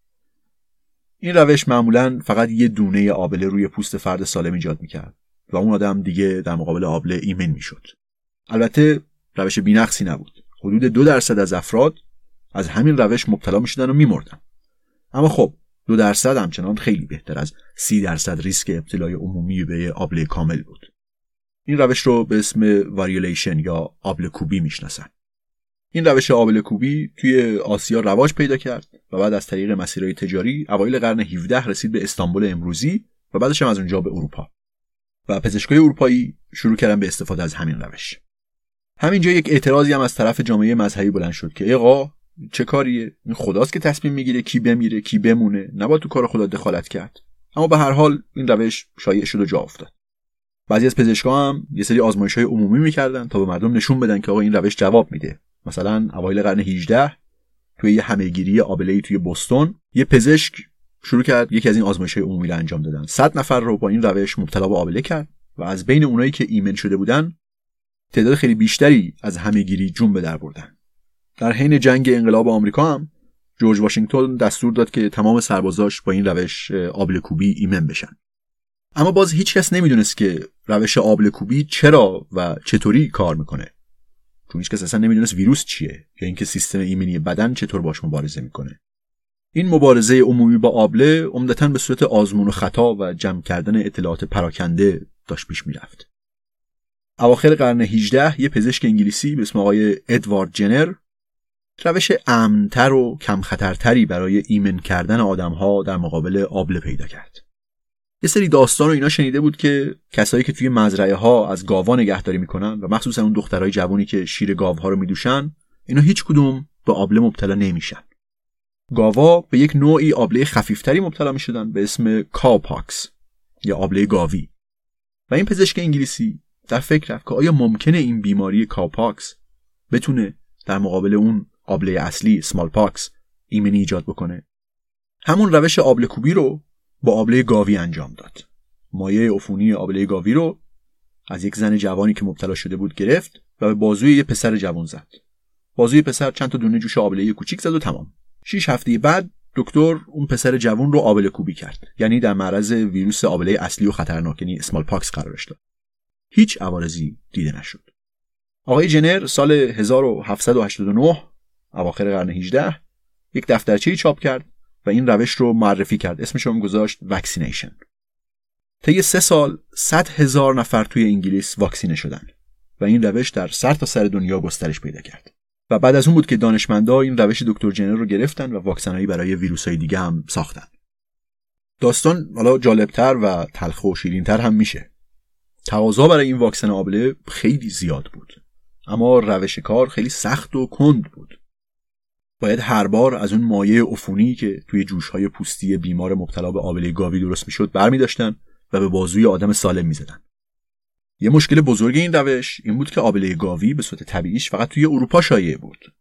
این روش معمولاً فقط یه دونه آبله روی پوست فرد سالم ایجاد میکرد و اون آدم دیگه در مقابل آبله ایمن میشد. البته روش بی‌نقصی نبود. حدود 2% از افراد از همین روش مبتلا میشدن و میمردن. اما خب 2% همچنان خیلی بهتر از 30% ریسک ابتلای عمومی به آبله کامل بود. این روش رو به اسم واریولیشن یا آبله کوبی میشناسن. این روش آبله کوبی توی آسیا رواج پیدا کرد و بعد از طریق مسیرهای تجاری اوایل قرن 17 رسید به استانبول امروزی و بعدش هم از اونجا به اروپا. و پزشکای اروپایی شروع کردن به استفاده از همین روش. همینجا یک اعتراضی هم از طرف جامعه مذهبی بلند شد که آقا چه کاریه؟ این خداست که تصمیم میگیره کی بمیره کی بمونه، نباید تو کار خدا دخالت کرد. اما به هر حال این روش شایع شد و جا افتاد. بعضی از پزشکا هم یه سری آزمایش‌های عمومی می‌کردن تا به مردم نشون بدن که آقا این روش جواب میده. مثلا اوایل قرن 18 توی یه همه‌گیری آبله‌ای توی بوستون یه پزشک شروع کرد یکی از این آزمایش‌های عمومی رو انجام دادن. 100 نفر رو با این روش مبتلا به آبله کرد و از بین اونایی که ایمن شده بودن تعداد خیلی بیشتری از همه‌گیری جون به در بردن. در حین جنگ انقلاب آمریکا هم جورج واشنگتن دستور داد که تمام سربازاش با این روش آبله کوبی ایمن بشن. اما باز هیچ کس نمیدونست که روش آبله کوبی چرا و چطوری کار میکنه. چون هیچ کس اصلا نمیدونست ویروس چیه یا اینکه سیستم ایمنی بدن چطور باش مبارزه میکنه. این مبارزه عمومی با آبله عمدتاً به صورت آزمون و خطا و جمع کردن اطلاعات پراکنده داشت پیش میرفت. اواخر قرن 18 یه پزشک انگلیسی به اسم آقای ادوارد جنر روش امن‌تر و کم خطرتری برای ایمن کردن آدم‌ها در مقابل آبله پیدا کرد. یه سری داستان و اینا شنیده بود که کسایی که توی مزرعه‌ها از گاوا نگهداری میکنن و مخصوصا اون دخترای جوانی که شیر گاوها رو میدوشن، اینا هیچ کدوم به آبله مبتلا نمیشن. گاوا به یک نوعی آبله خفیفتری مبتلا میشدن به اسم کاوپاکس یا آبله گاوی. و این پزشک انگلیسی در فکر رفت که آیا ممکنه این بیماری کاوپاکس بتونه در مقابل اون آبله اصلی اسمال پاکس ایمنی ایجاد بکنه. همون روش آبله کوبی رو با آبله گاوی انجام داد. مایع عفونی آبله گاوی رو از یک زن جوانی که مبتلا شده بود گرفت و به بازوی یه پسر جوان زد. بازوی پسر چند تا دونه جوش آبله کوچیک زد و تمام. 6 هفته بعد دکتر اون پسر جوان رو آبله کوبی کرد. یعنی در معرض ویروس آبله اصلی و خطرناک یعنی اسمال پاکس قرارش داد. هیچ عوارضی دیده نشد. آقای جنر سال 1789 اواخر قرن 18 یک دفترچه‌ای چاپ کرد و این روش رو معرفی کرد. اسمش رو گذاشت واکسینیشن. طی 3 سال 100,000 نفر توی انگلیس واکسینه شدن و این روش در سرتاسر دنیا گسترش پیدا کرد. و بعد از اون بود که دانشمندا این روش دکتر جنر رو گرفتن و واکسنایی برای ویروس‌های دیگه هم ساختن. داستان حالا جالب‌تر و تلخ و شیرین‌تر هم میشه. تقاضا برای این واکسن آبله خیلی زیاد بود، اما روش کار خیلی سخت و کند بود. باید هر بار از اون مایع عفونی که توی جوش‌های پوستی بیمار مبتلا به آبله گاوی درست میشد برمی‌داشتن و به بازوی آدم سالم می‌زدن. یه مشکل بزرگ این روش این بود که آبله گاوی به صورت طبیعیش فقط توی اروپا شایع بود.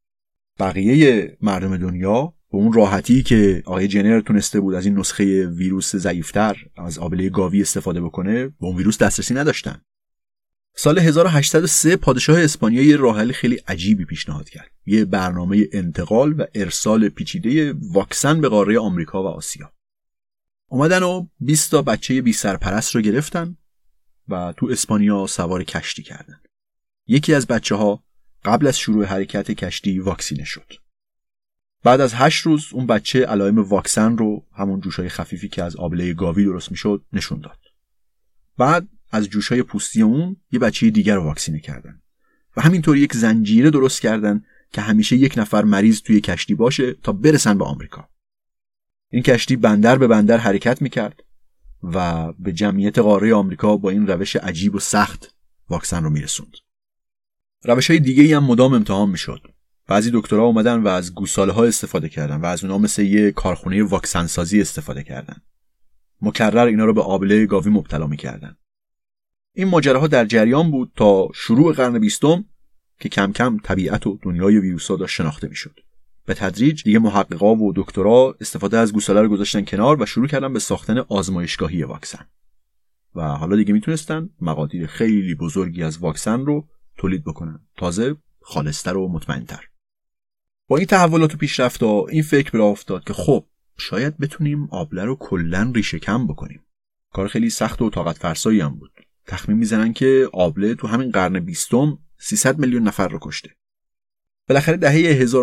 بقیه مردم دنیا به اون راحتی که آقای جنر تونسته بود از این نسخه ویروس ضعیف‌تر از آبله گاوی استفاده بکنه، به اون ویروس دسترسی نداشتن. سال 1803 پادشاه اسپانیا یه راه حل خیلی عجیبی پیشنهاد کرد. یه برنامه انتقال و ارسال پیچیده واکسن به قاره آمریکا و آسیا. اومدن و 20 تا بچه بی سرپرست رو گرفتن و تو اسپانیا سوار کشتی کردن. یکی از بچه‌ها قبل از شروع حرکت کشتی واکسینه شد. بعد از 8 روز اون بچه علائم واکسن رو، همون جوشای خفیفی که از آبله گاوی درست میشد، نشون داد. بعد از جوشای پوستی اون یه بچه دیگر رو واکسینه کردن و همینطور یک زنجیره درست کردن که همیشه یک نفر مریض توی کشتی باشه تا برسن به آمریکا. این کشتی بندر به بندر حرکت میکرد و به جمعیت قاره آمریکا با این روش عجیب و سخت واکسن رو میرسوند. روش‌های دیگه‌ای هم مدام امتحان میشد. بعضی دکترها اومدن و از گوساله‌ها استفاده کردن و از اونها مثل یه کارخونه واکسن سازی استفاده کردن. مکرر اینا رو به آبله گاوی مبتلا میکردن. این ماجراها در جریان بود تا شروع قرن 20 که کم کم طبیعت و دنیای ویروس‌ها داشت شناخته میشد. به تدریج دیگه محققا و دکترها استفاده از گوساله رو گذاشتن کنار و شروع کردن به ساختن آزمایشگاهی واکسن. و حالا دیگه میتونستن مقادیر خیلی بزرگی از واکسن رو تولید بکنن، تازه خالص‌تر و مطمئن‌تر. با این تحولات و پیشرفت‌ها این فکر به راه افتاد که خب شاید بتونیم آبله رو کلاً ریشه کم بکنیم. کار خیلی سخت و طاقت فرسایی هم بود. تخمین میزنن که آبله تو همین قرن 20 300 میلیون نفر رو کشته. بالاخره دهه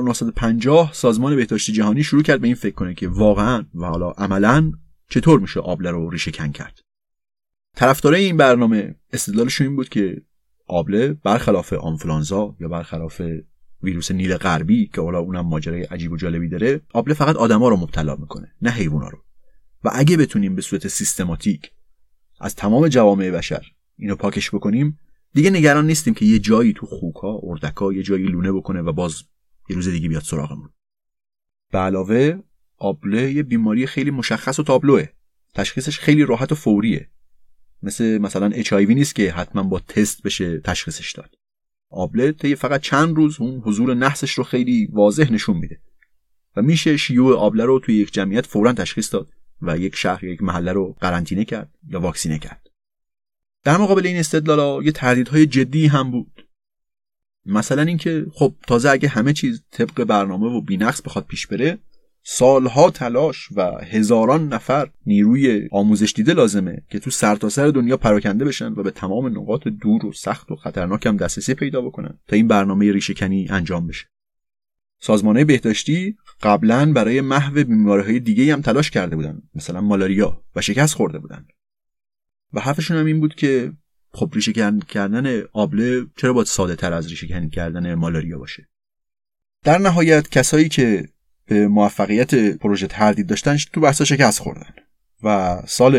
1950 سازمان بهداشت جهانی شروع کرد به این فکر کنه که واقعاً و حالا عملاً چطور میشه آبله رو ریشه کن کرد. طرفدارای این برنامه استدلالشون این بود که آبله برخلاف آنفولانزا یا برخلاف ویروس نیل غربی که حالا اونم ماجرای عجیب و جالبی داره، آبله فقط آدما رو مبتلا میکنه، نه حیونا رو. و اگه بتونیم به صورت سیستماتیک از تمام جوامع بشر اینو پاکش بکنیم، دیگه نگران نیستیم که یه جایی تو خوک‌ها، اردک‌ها یه جایی لونه بکنه و باز یه روز دیگه بیاد سراغمون. به علاوه آبله یه بیماری خیلی مشخص و تابلوه. تشخیصش خیلی راحت و فوریه. مثلا HIV نیست که حتما با تست بشه تشخیصش داد. آبله طی فقط چند روز اون حضور نحسش رو خیلی واضح نشون میده و میشه شیوع آبله رو توی یک جمعیت فوراً تشخیص داد و یک شهر یا یک محله رو قرنطینه کرد یا واکسینه کرد. در مقابل این استدلالا یه تردیدهای جدی هم بود. مثلا اینکه خب تازه اگه همه چیز طبق برنامه و بی‌نقص بخواد پیش بره، سالها تلاش و هزاران نفر نیروی آموزش دیده لازمه که تو سرتاسر دنیا پراکنده بشن و به تمام نقاط دور و سخت و خطرناک هم دسترسی پیدا بکنن تا این برنامه ریشه‌کنی انجام بشه. سازمان‌های بهداشتی قبلاً برای محو بیماری‌های دیگه‌ای هم تلاش کرده بودن، مثلا مالاریا، و شکست خورده بودن. و حرفشون هم این بود که خب ریشه‌کنی کردن آبله چرا باید ساده‌تر از ریشه‌کنی کردن مالاریا باشه. در نهایت کسایی که به موفقیت پروژه تردید داشتن تو بحثا شکست خوردن و سال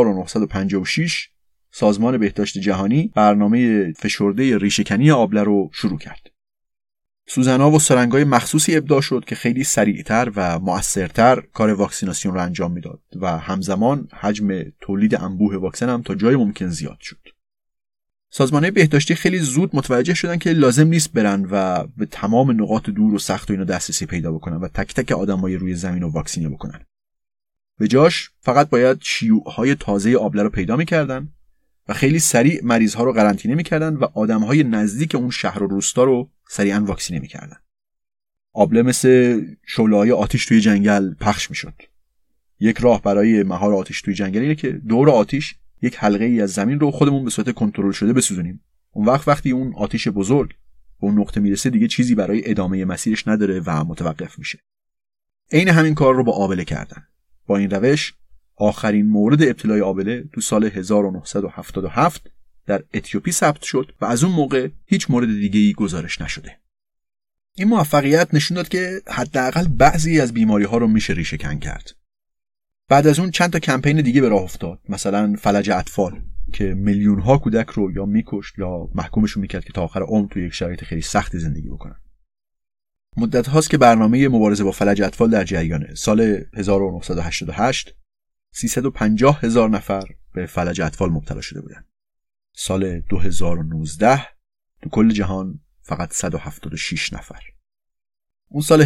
1956 سازمان بهداشت جهانی برنامه فشرده ریشه‌کنی آبله رو شروع کرد. سوزن‌ها و سرنگ‌های مخصوصی ابداع شد که خیلی سریعتر و مؤثرتر کار واکسیناسیون رو انجام میداد و همزمان حجم تولید انبوه واکسن هم تا جای ممکن زیاد شد. سازمان‌های بهداشتی خیلی زود متوجه شدن که لازم نیست برن و به تمام نقاط دور و سخت و اینا دسترسی پیدا بکنن و تک تک آدمای روی زمین رو واکسینه بکنن. به جاش فقط باید شیوع‌های تازه آبله رو پیدا می‌کردن و خیلی سریع مریض‌ها رو قرنطینه می‌کردن و آدم‌های نزدیک اون شهر و روستا رو سریعاً واکسینه می‌کردن. آبله مثل شعله‌های آتش توی جنگل پخش می‌شد. یک راه برای مهار آتش توی جنگل اینه که دور آتش یک حلقه ای از زمین رو خودمون به صورت کنترل شده بسوزونیم. اون وقتی اون آتش بزرگ به اون نقطه میرسه دیگه چیزی برای ادامه مسیرش نداره و متوقف میشه. عین همین کار رو با آبله کردن. با این روش آخرین مورد ابتلای آبله تو سال 1977 در اتیوپی ثبت شد و از اون موقع هیچ مورد دیگه‌ای گزارش نشده. این موفقیت نشون داد که حداقل بعضی از بیماری‌ها رو میشه ریشه‌کن کرد. بعد از اون چند تا کمپین دیگه به راه افتاد، مثلا فلج اطفال که میلیون‌ها کودک رو یا میکشت یا محکومشون میکرد که تا آخر عمر توی یک شرایط خیلی سخت زندگی بکنن. مدت هاست که برنامه مبارزه با فلج اطفال در جریانه. سال 1988 350,000 نفر به فلج اطفال مبتلا شده بودند. سال 2019 تو کل جهان فقط 176 نفر. اون سال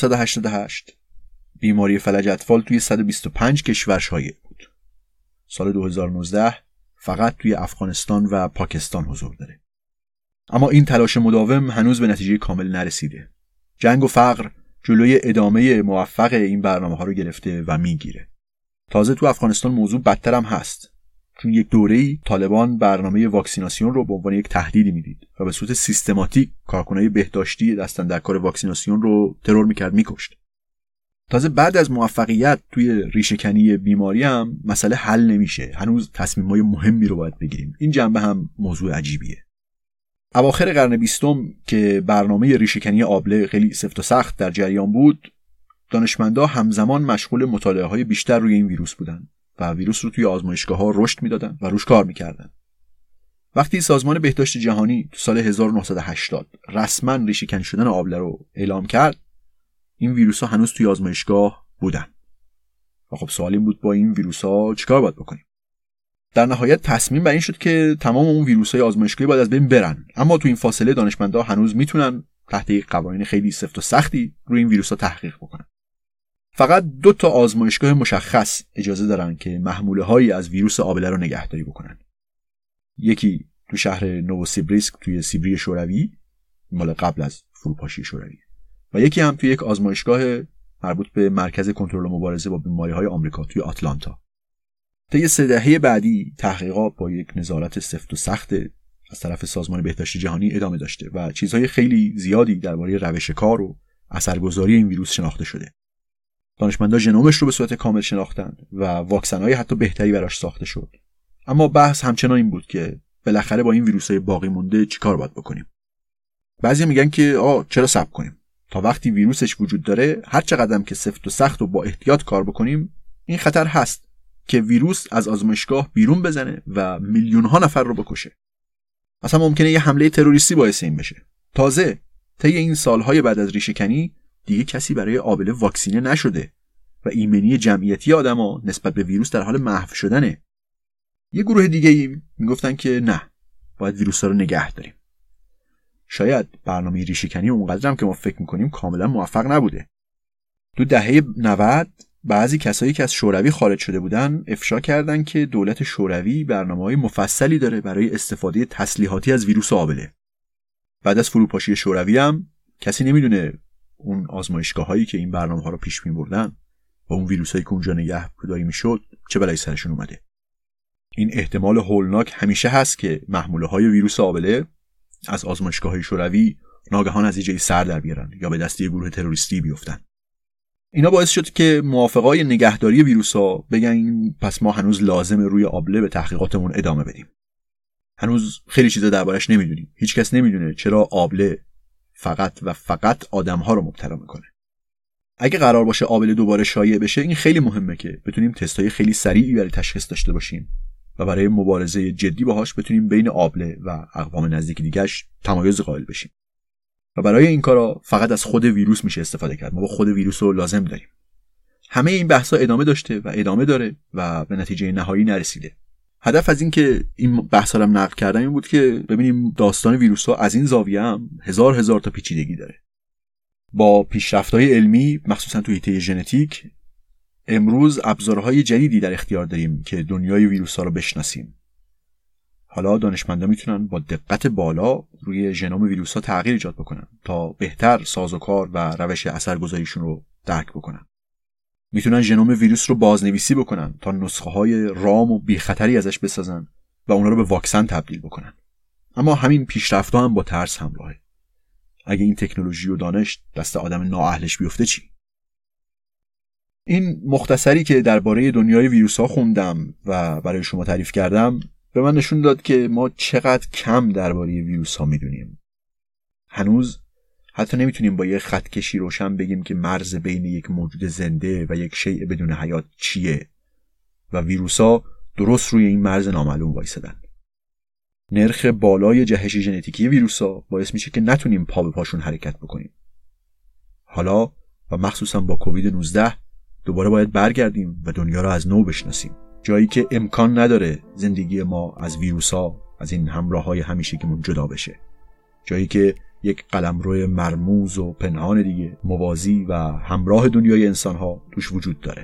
1988 بیماری فلج اطفال توی 125 کشور شایع بود. سال 2019 فقط توی افغانستان و پاکستان حضور داره. اما این تلاش مداوم هنوز به نتیجه کامل نرسیده. جنگ و فقر جلوی ادامه موفق این برنامه‌ها رو گرفته و میگیره. تازه تو افغانستان موضوع بدتر هم هست، چون یک دوره‌ای طالبان برنامه واکسیناسیون رو به عنوان یک تهدیدی میدید و به صورت سیستماتیک کارکنای بهداشتی دستن در کار واکسیناسیون رو ترور میکرد، میکشت. تازه بعد از موفقیت توی ریشه‌کنی بیماری هم مسئله حل نمیشه. هنوز تصمیم‌های مهمی رو باید بگیریم. این جنبه هم موضوع عجیبیه. اواخر قرن 20 که برنامه ریشه‌کنی آبله خیلی سفت و سخت در جریان بود، دانشمندا همزمان مشغول مطالعه‌های بیشتر روی این ویروس بودن و ویروس رو توی آزمایشگاه‌ها رشد میدادن و روش کار میکردن. وقتی سازمان بهداشت جهانی تو سال 1980 رسما ریشه‌کن شدن آبله رو اعلام کرد، این ویروس‌ها هنوز توی آزمایشگاه بودن. و خب سوال این بود با این ویروس‌ها چیکار باید بکنیم؟ در نهایت تصمیم بر این شد که تمام اون ویروس‌های آزمایشگاهی باید از بین برن. اما تو این فاصله دانشمندا هنوز میتونن تحت یک قوانین خیلی سفت و سختی روی این ویروس‌ها تحقیق بکنن. فقط 2 تا آزمایشگاه مشخص اجازه دارن که محموله‌هایی از ویروس آبله رو نگهداری بکنن. یکی تو شهر نووسیبریسک توی سیبری شوروی، مال قبل از فروپاشی شوروی، و یکی هم توی یک آزمایشگاه مربوط به مرکز کنترل و مبارزه با بیماری‌های آمریکا توی آتلانتا. طی 3 دهه بعدی تحقیقات با یک نظارت سفت و سخت از طرف سازمان بهداشت جهانی ادامه داشته و چیزهای خیلی زیادی درباره روش کار و اثرگذاری این ویروس شناخته شده. دانشمندان ژنومش رو به صورت کامل شناختند و واکسن‌های حتی بهتری براش ساخته شد. اما بحث همچنان این بود که بالاخره با این ویروس‌های باقی مونده چیکار باید بکنیم. بعضی میگن که چرا صبر کنیم تا وقتی ویروسش وجود داره، هر چقدر که سفت و سخت و با احتیاط کار بکنیم، این خطر هست که ویروس از آزمایشگاه بیرون بزنه و میلیون‌ها نفر رو بکشه. اصلا ممکنه یه حمله تروریستی باعث این بشه. تازه طی این سال‌های بعد از ریشه‌کنی دیگه کسی برای آبله واکسینه نشده و ایمنی جمعیتی آدما نسبت به ویروس در حال محو شدنه. یه گروه دیگه‌ای میگفتن که نه، باید ویروس‌ها رو نگه داریم. شاید برنامه ریشه‌کنی اونقدر هم که ما فکر می‌کنیم کاملا موفق نبوده. تو دهه 90 بعضی کسایی که از شوروی خارج شده بودن افشا کردن که دولت شوروی برنامه‌های مفصلی داره برای استفاده تسلیحاتی از ویروس آبله. بعد از فروپاشی شوروی هم کسی نمیدونه اون آزمایشگاه‌هایی که این برنامه‌ها رو پیش می‌بردن و اون ویروسایی که اونجا نگهداری می‌شد چه بلایی سرشون اومده. این احتمال هولناک همیشه هست که محموله‌های ویروس آبله از آزمایشگاه‌های شوروی ناگهان از جایی سر در بیارن یا به دست یه گروه تروریستی بیفتن. اینا باعث شد که موافقای نگهداری ویروس‌ها بگن پس ما هنوز لازمه روی آبله به تحقیقاتمون ادامه بدیم. هنوز خیلی چیزا دربارش نمیدونیم. هیچ کس نمیدونه چرا آبله فقط و فقط آدم‌ها رو مبتلا میکنه. اگه قرار باشه آبله دوباره شایع بشه، این خیلی مهمه که بتونیم تست‌های خیلی سریعی برای تشخیص داشته باشیم و برای مبارزه جدی باهاش بتونیم بین آبله و اقوام نزدیک دیگه‌اش تمایز قائل بشیم. و برای این کارا فقط از خود ویروس میشه استفاده کرد. ما با خود ویروس رو لازم داریم. همه این بحث‌ها ادامه داشته و ادامه داره و به نتیجه نهایی نرسیده. هدف از این که این بحث‌ها رو نقل کردم این بود که ببینیم داستان ویروس‌ها از این زاویه هم هزار تا پیچیدگی داره. با پیشرفت‌های علمی مخصوصا توی حیطه ژنتیک امروز ابزارهای جدیدی در اختیار داریم که دنیای ویروس‌ها رو بشناسیم. حالا دانشمندان میتونن با دقت بالا روی ژنوم ویروس‌ها تغییر ایجاد بکنن تا بهتر سازوکار و روش اثرگذاریشون رو درک بکنن. میتونن ژنوم ویروس رو بازنویسی بکنن تا نسخه‌های رام و بی‌خطری ازش بسازن و اونا رو به واکسن تبدیل بکنن. اما همین پیشرفت‌ها هم با ترس همراهه. اگه این تکنولوژی و دانش دست آدم نااهلش بیفته چی؟ این مختصری که درباره دنیای ویروس‌ها خوندم و برای شما تعریف کردم به من نشون داد که ما چقدر کم درباره ویروس‌ها میدونیم. هنوز حتی نمیتونیم با یه خط کشی روشن بگیم که مرز بین یک موجود زنده و یک شیء بدون حیات چیه و ویروس‌ها درست روی این مرز نامعلوم وایسادن. نرخ بالای جهش ژنتیکی ویروس‌ها باعث میشه که نتونیم پا به پاشون حرکت بکنیم. حالا و مخصوصا با کووید 19 دوباره باید برگردیم و دنیا را از نو بشناسیم. جایی که امکان نداره زندگی ما از ویروس‌ها، از این همراه‌های همیشگیمون جدا بشه. جایی که یک قلمرو مرموز و پنهان دیگه موازی و همراه دنیای انسان‌ها توش وجود داره.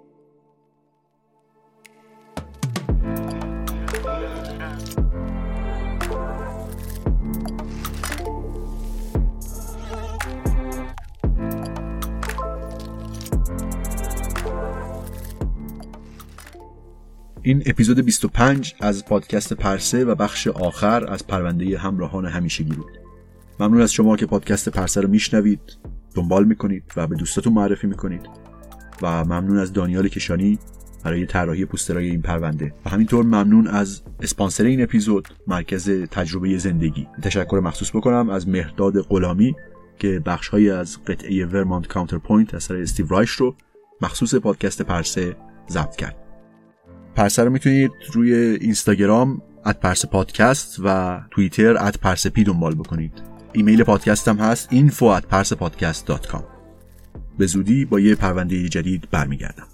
این اپیزود 25 از پادکست پرسه و بخش آخر از پرونده همراهان همیشگی بود. ممنون از شما که پادکست پرسه رو میشنوید، دنبال میکنید و به دوستاتون معرفی میکنید و ممنون از دانیال کشانی برای طراحی پوسترهای این پرونده و همینطور ممنون از اسپانسر این اپیزود، مرکز تجربه زندگی. تشکر مخصوص بکنم از مهرداد غلامی که بخش‌هایی از قطعه ورمانت کانترپوینت اثر استیو رایش رو مخصوص پادکست پرسه ضبط کرد. پرسه رو میتونید روی اینستاگرام @persepodcast و توییتر @persepی دنبال بکنید. ایمیل پادکستم هست info@persepodcast.com. به زودی با یه پرونده جدید برمیگردم.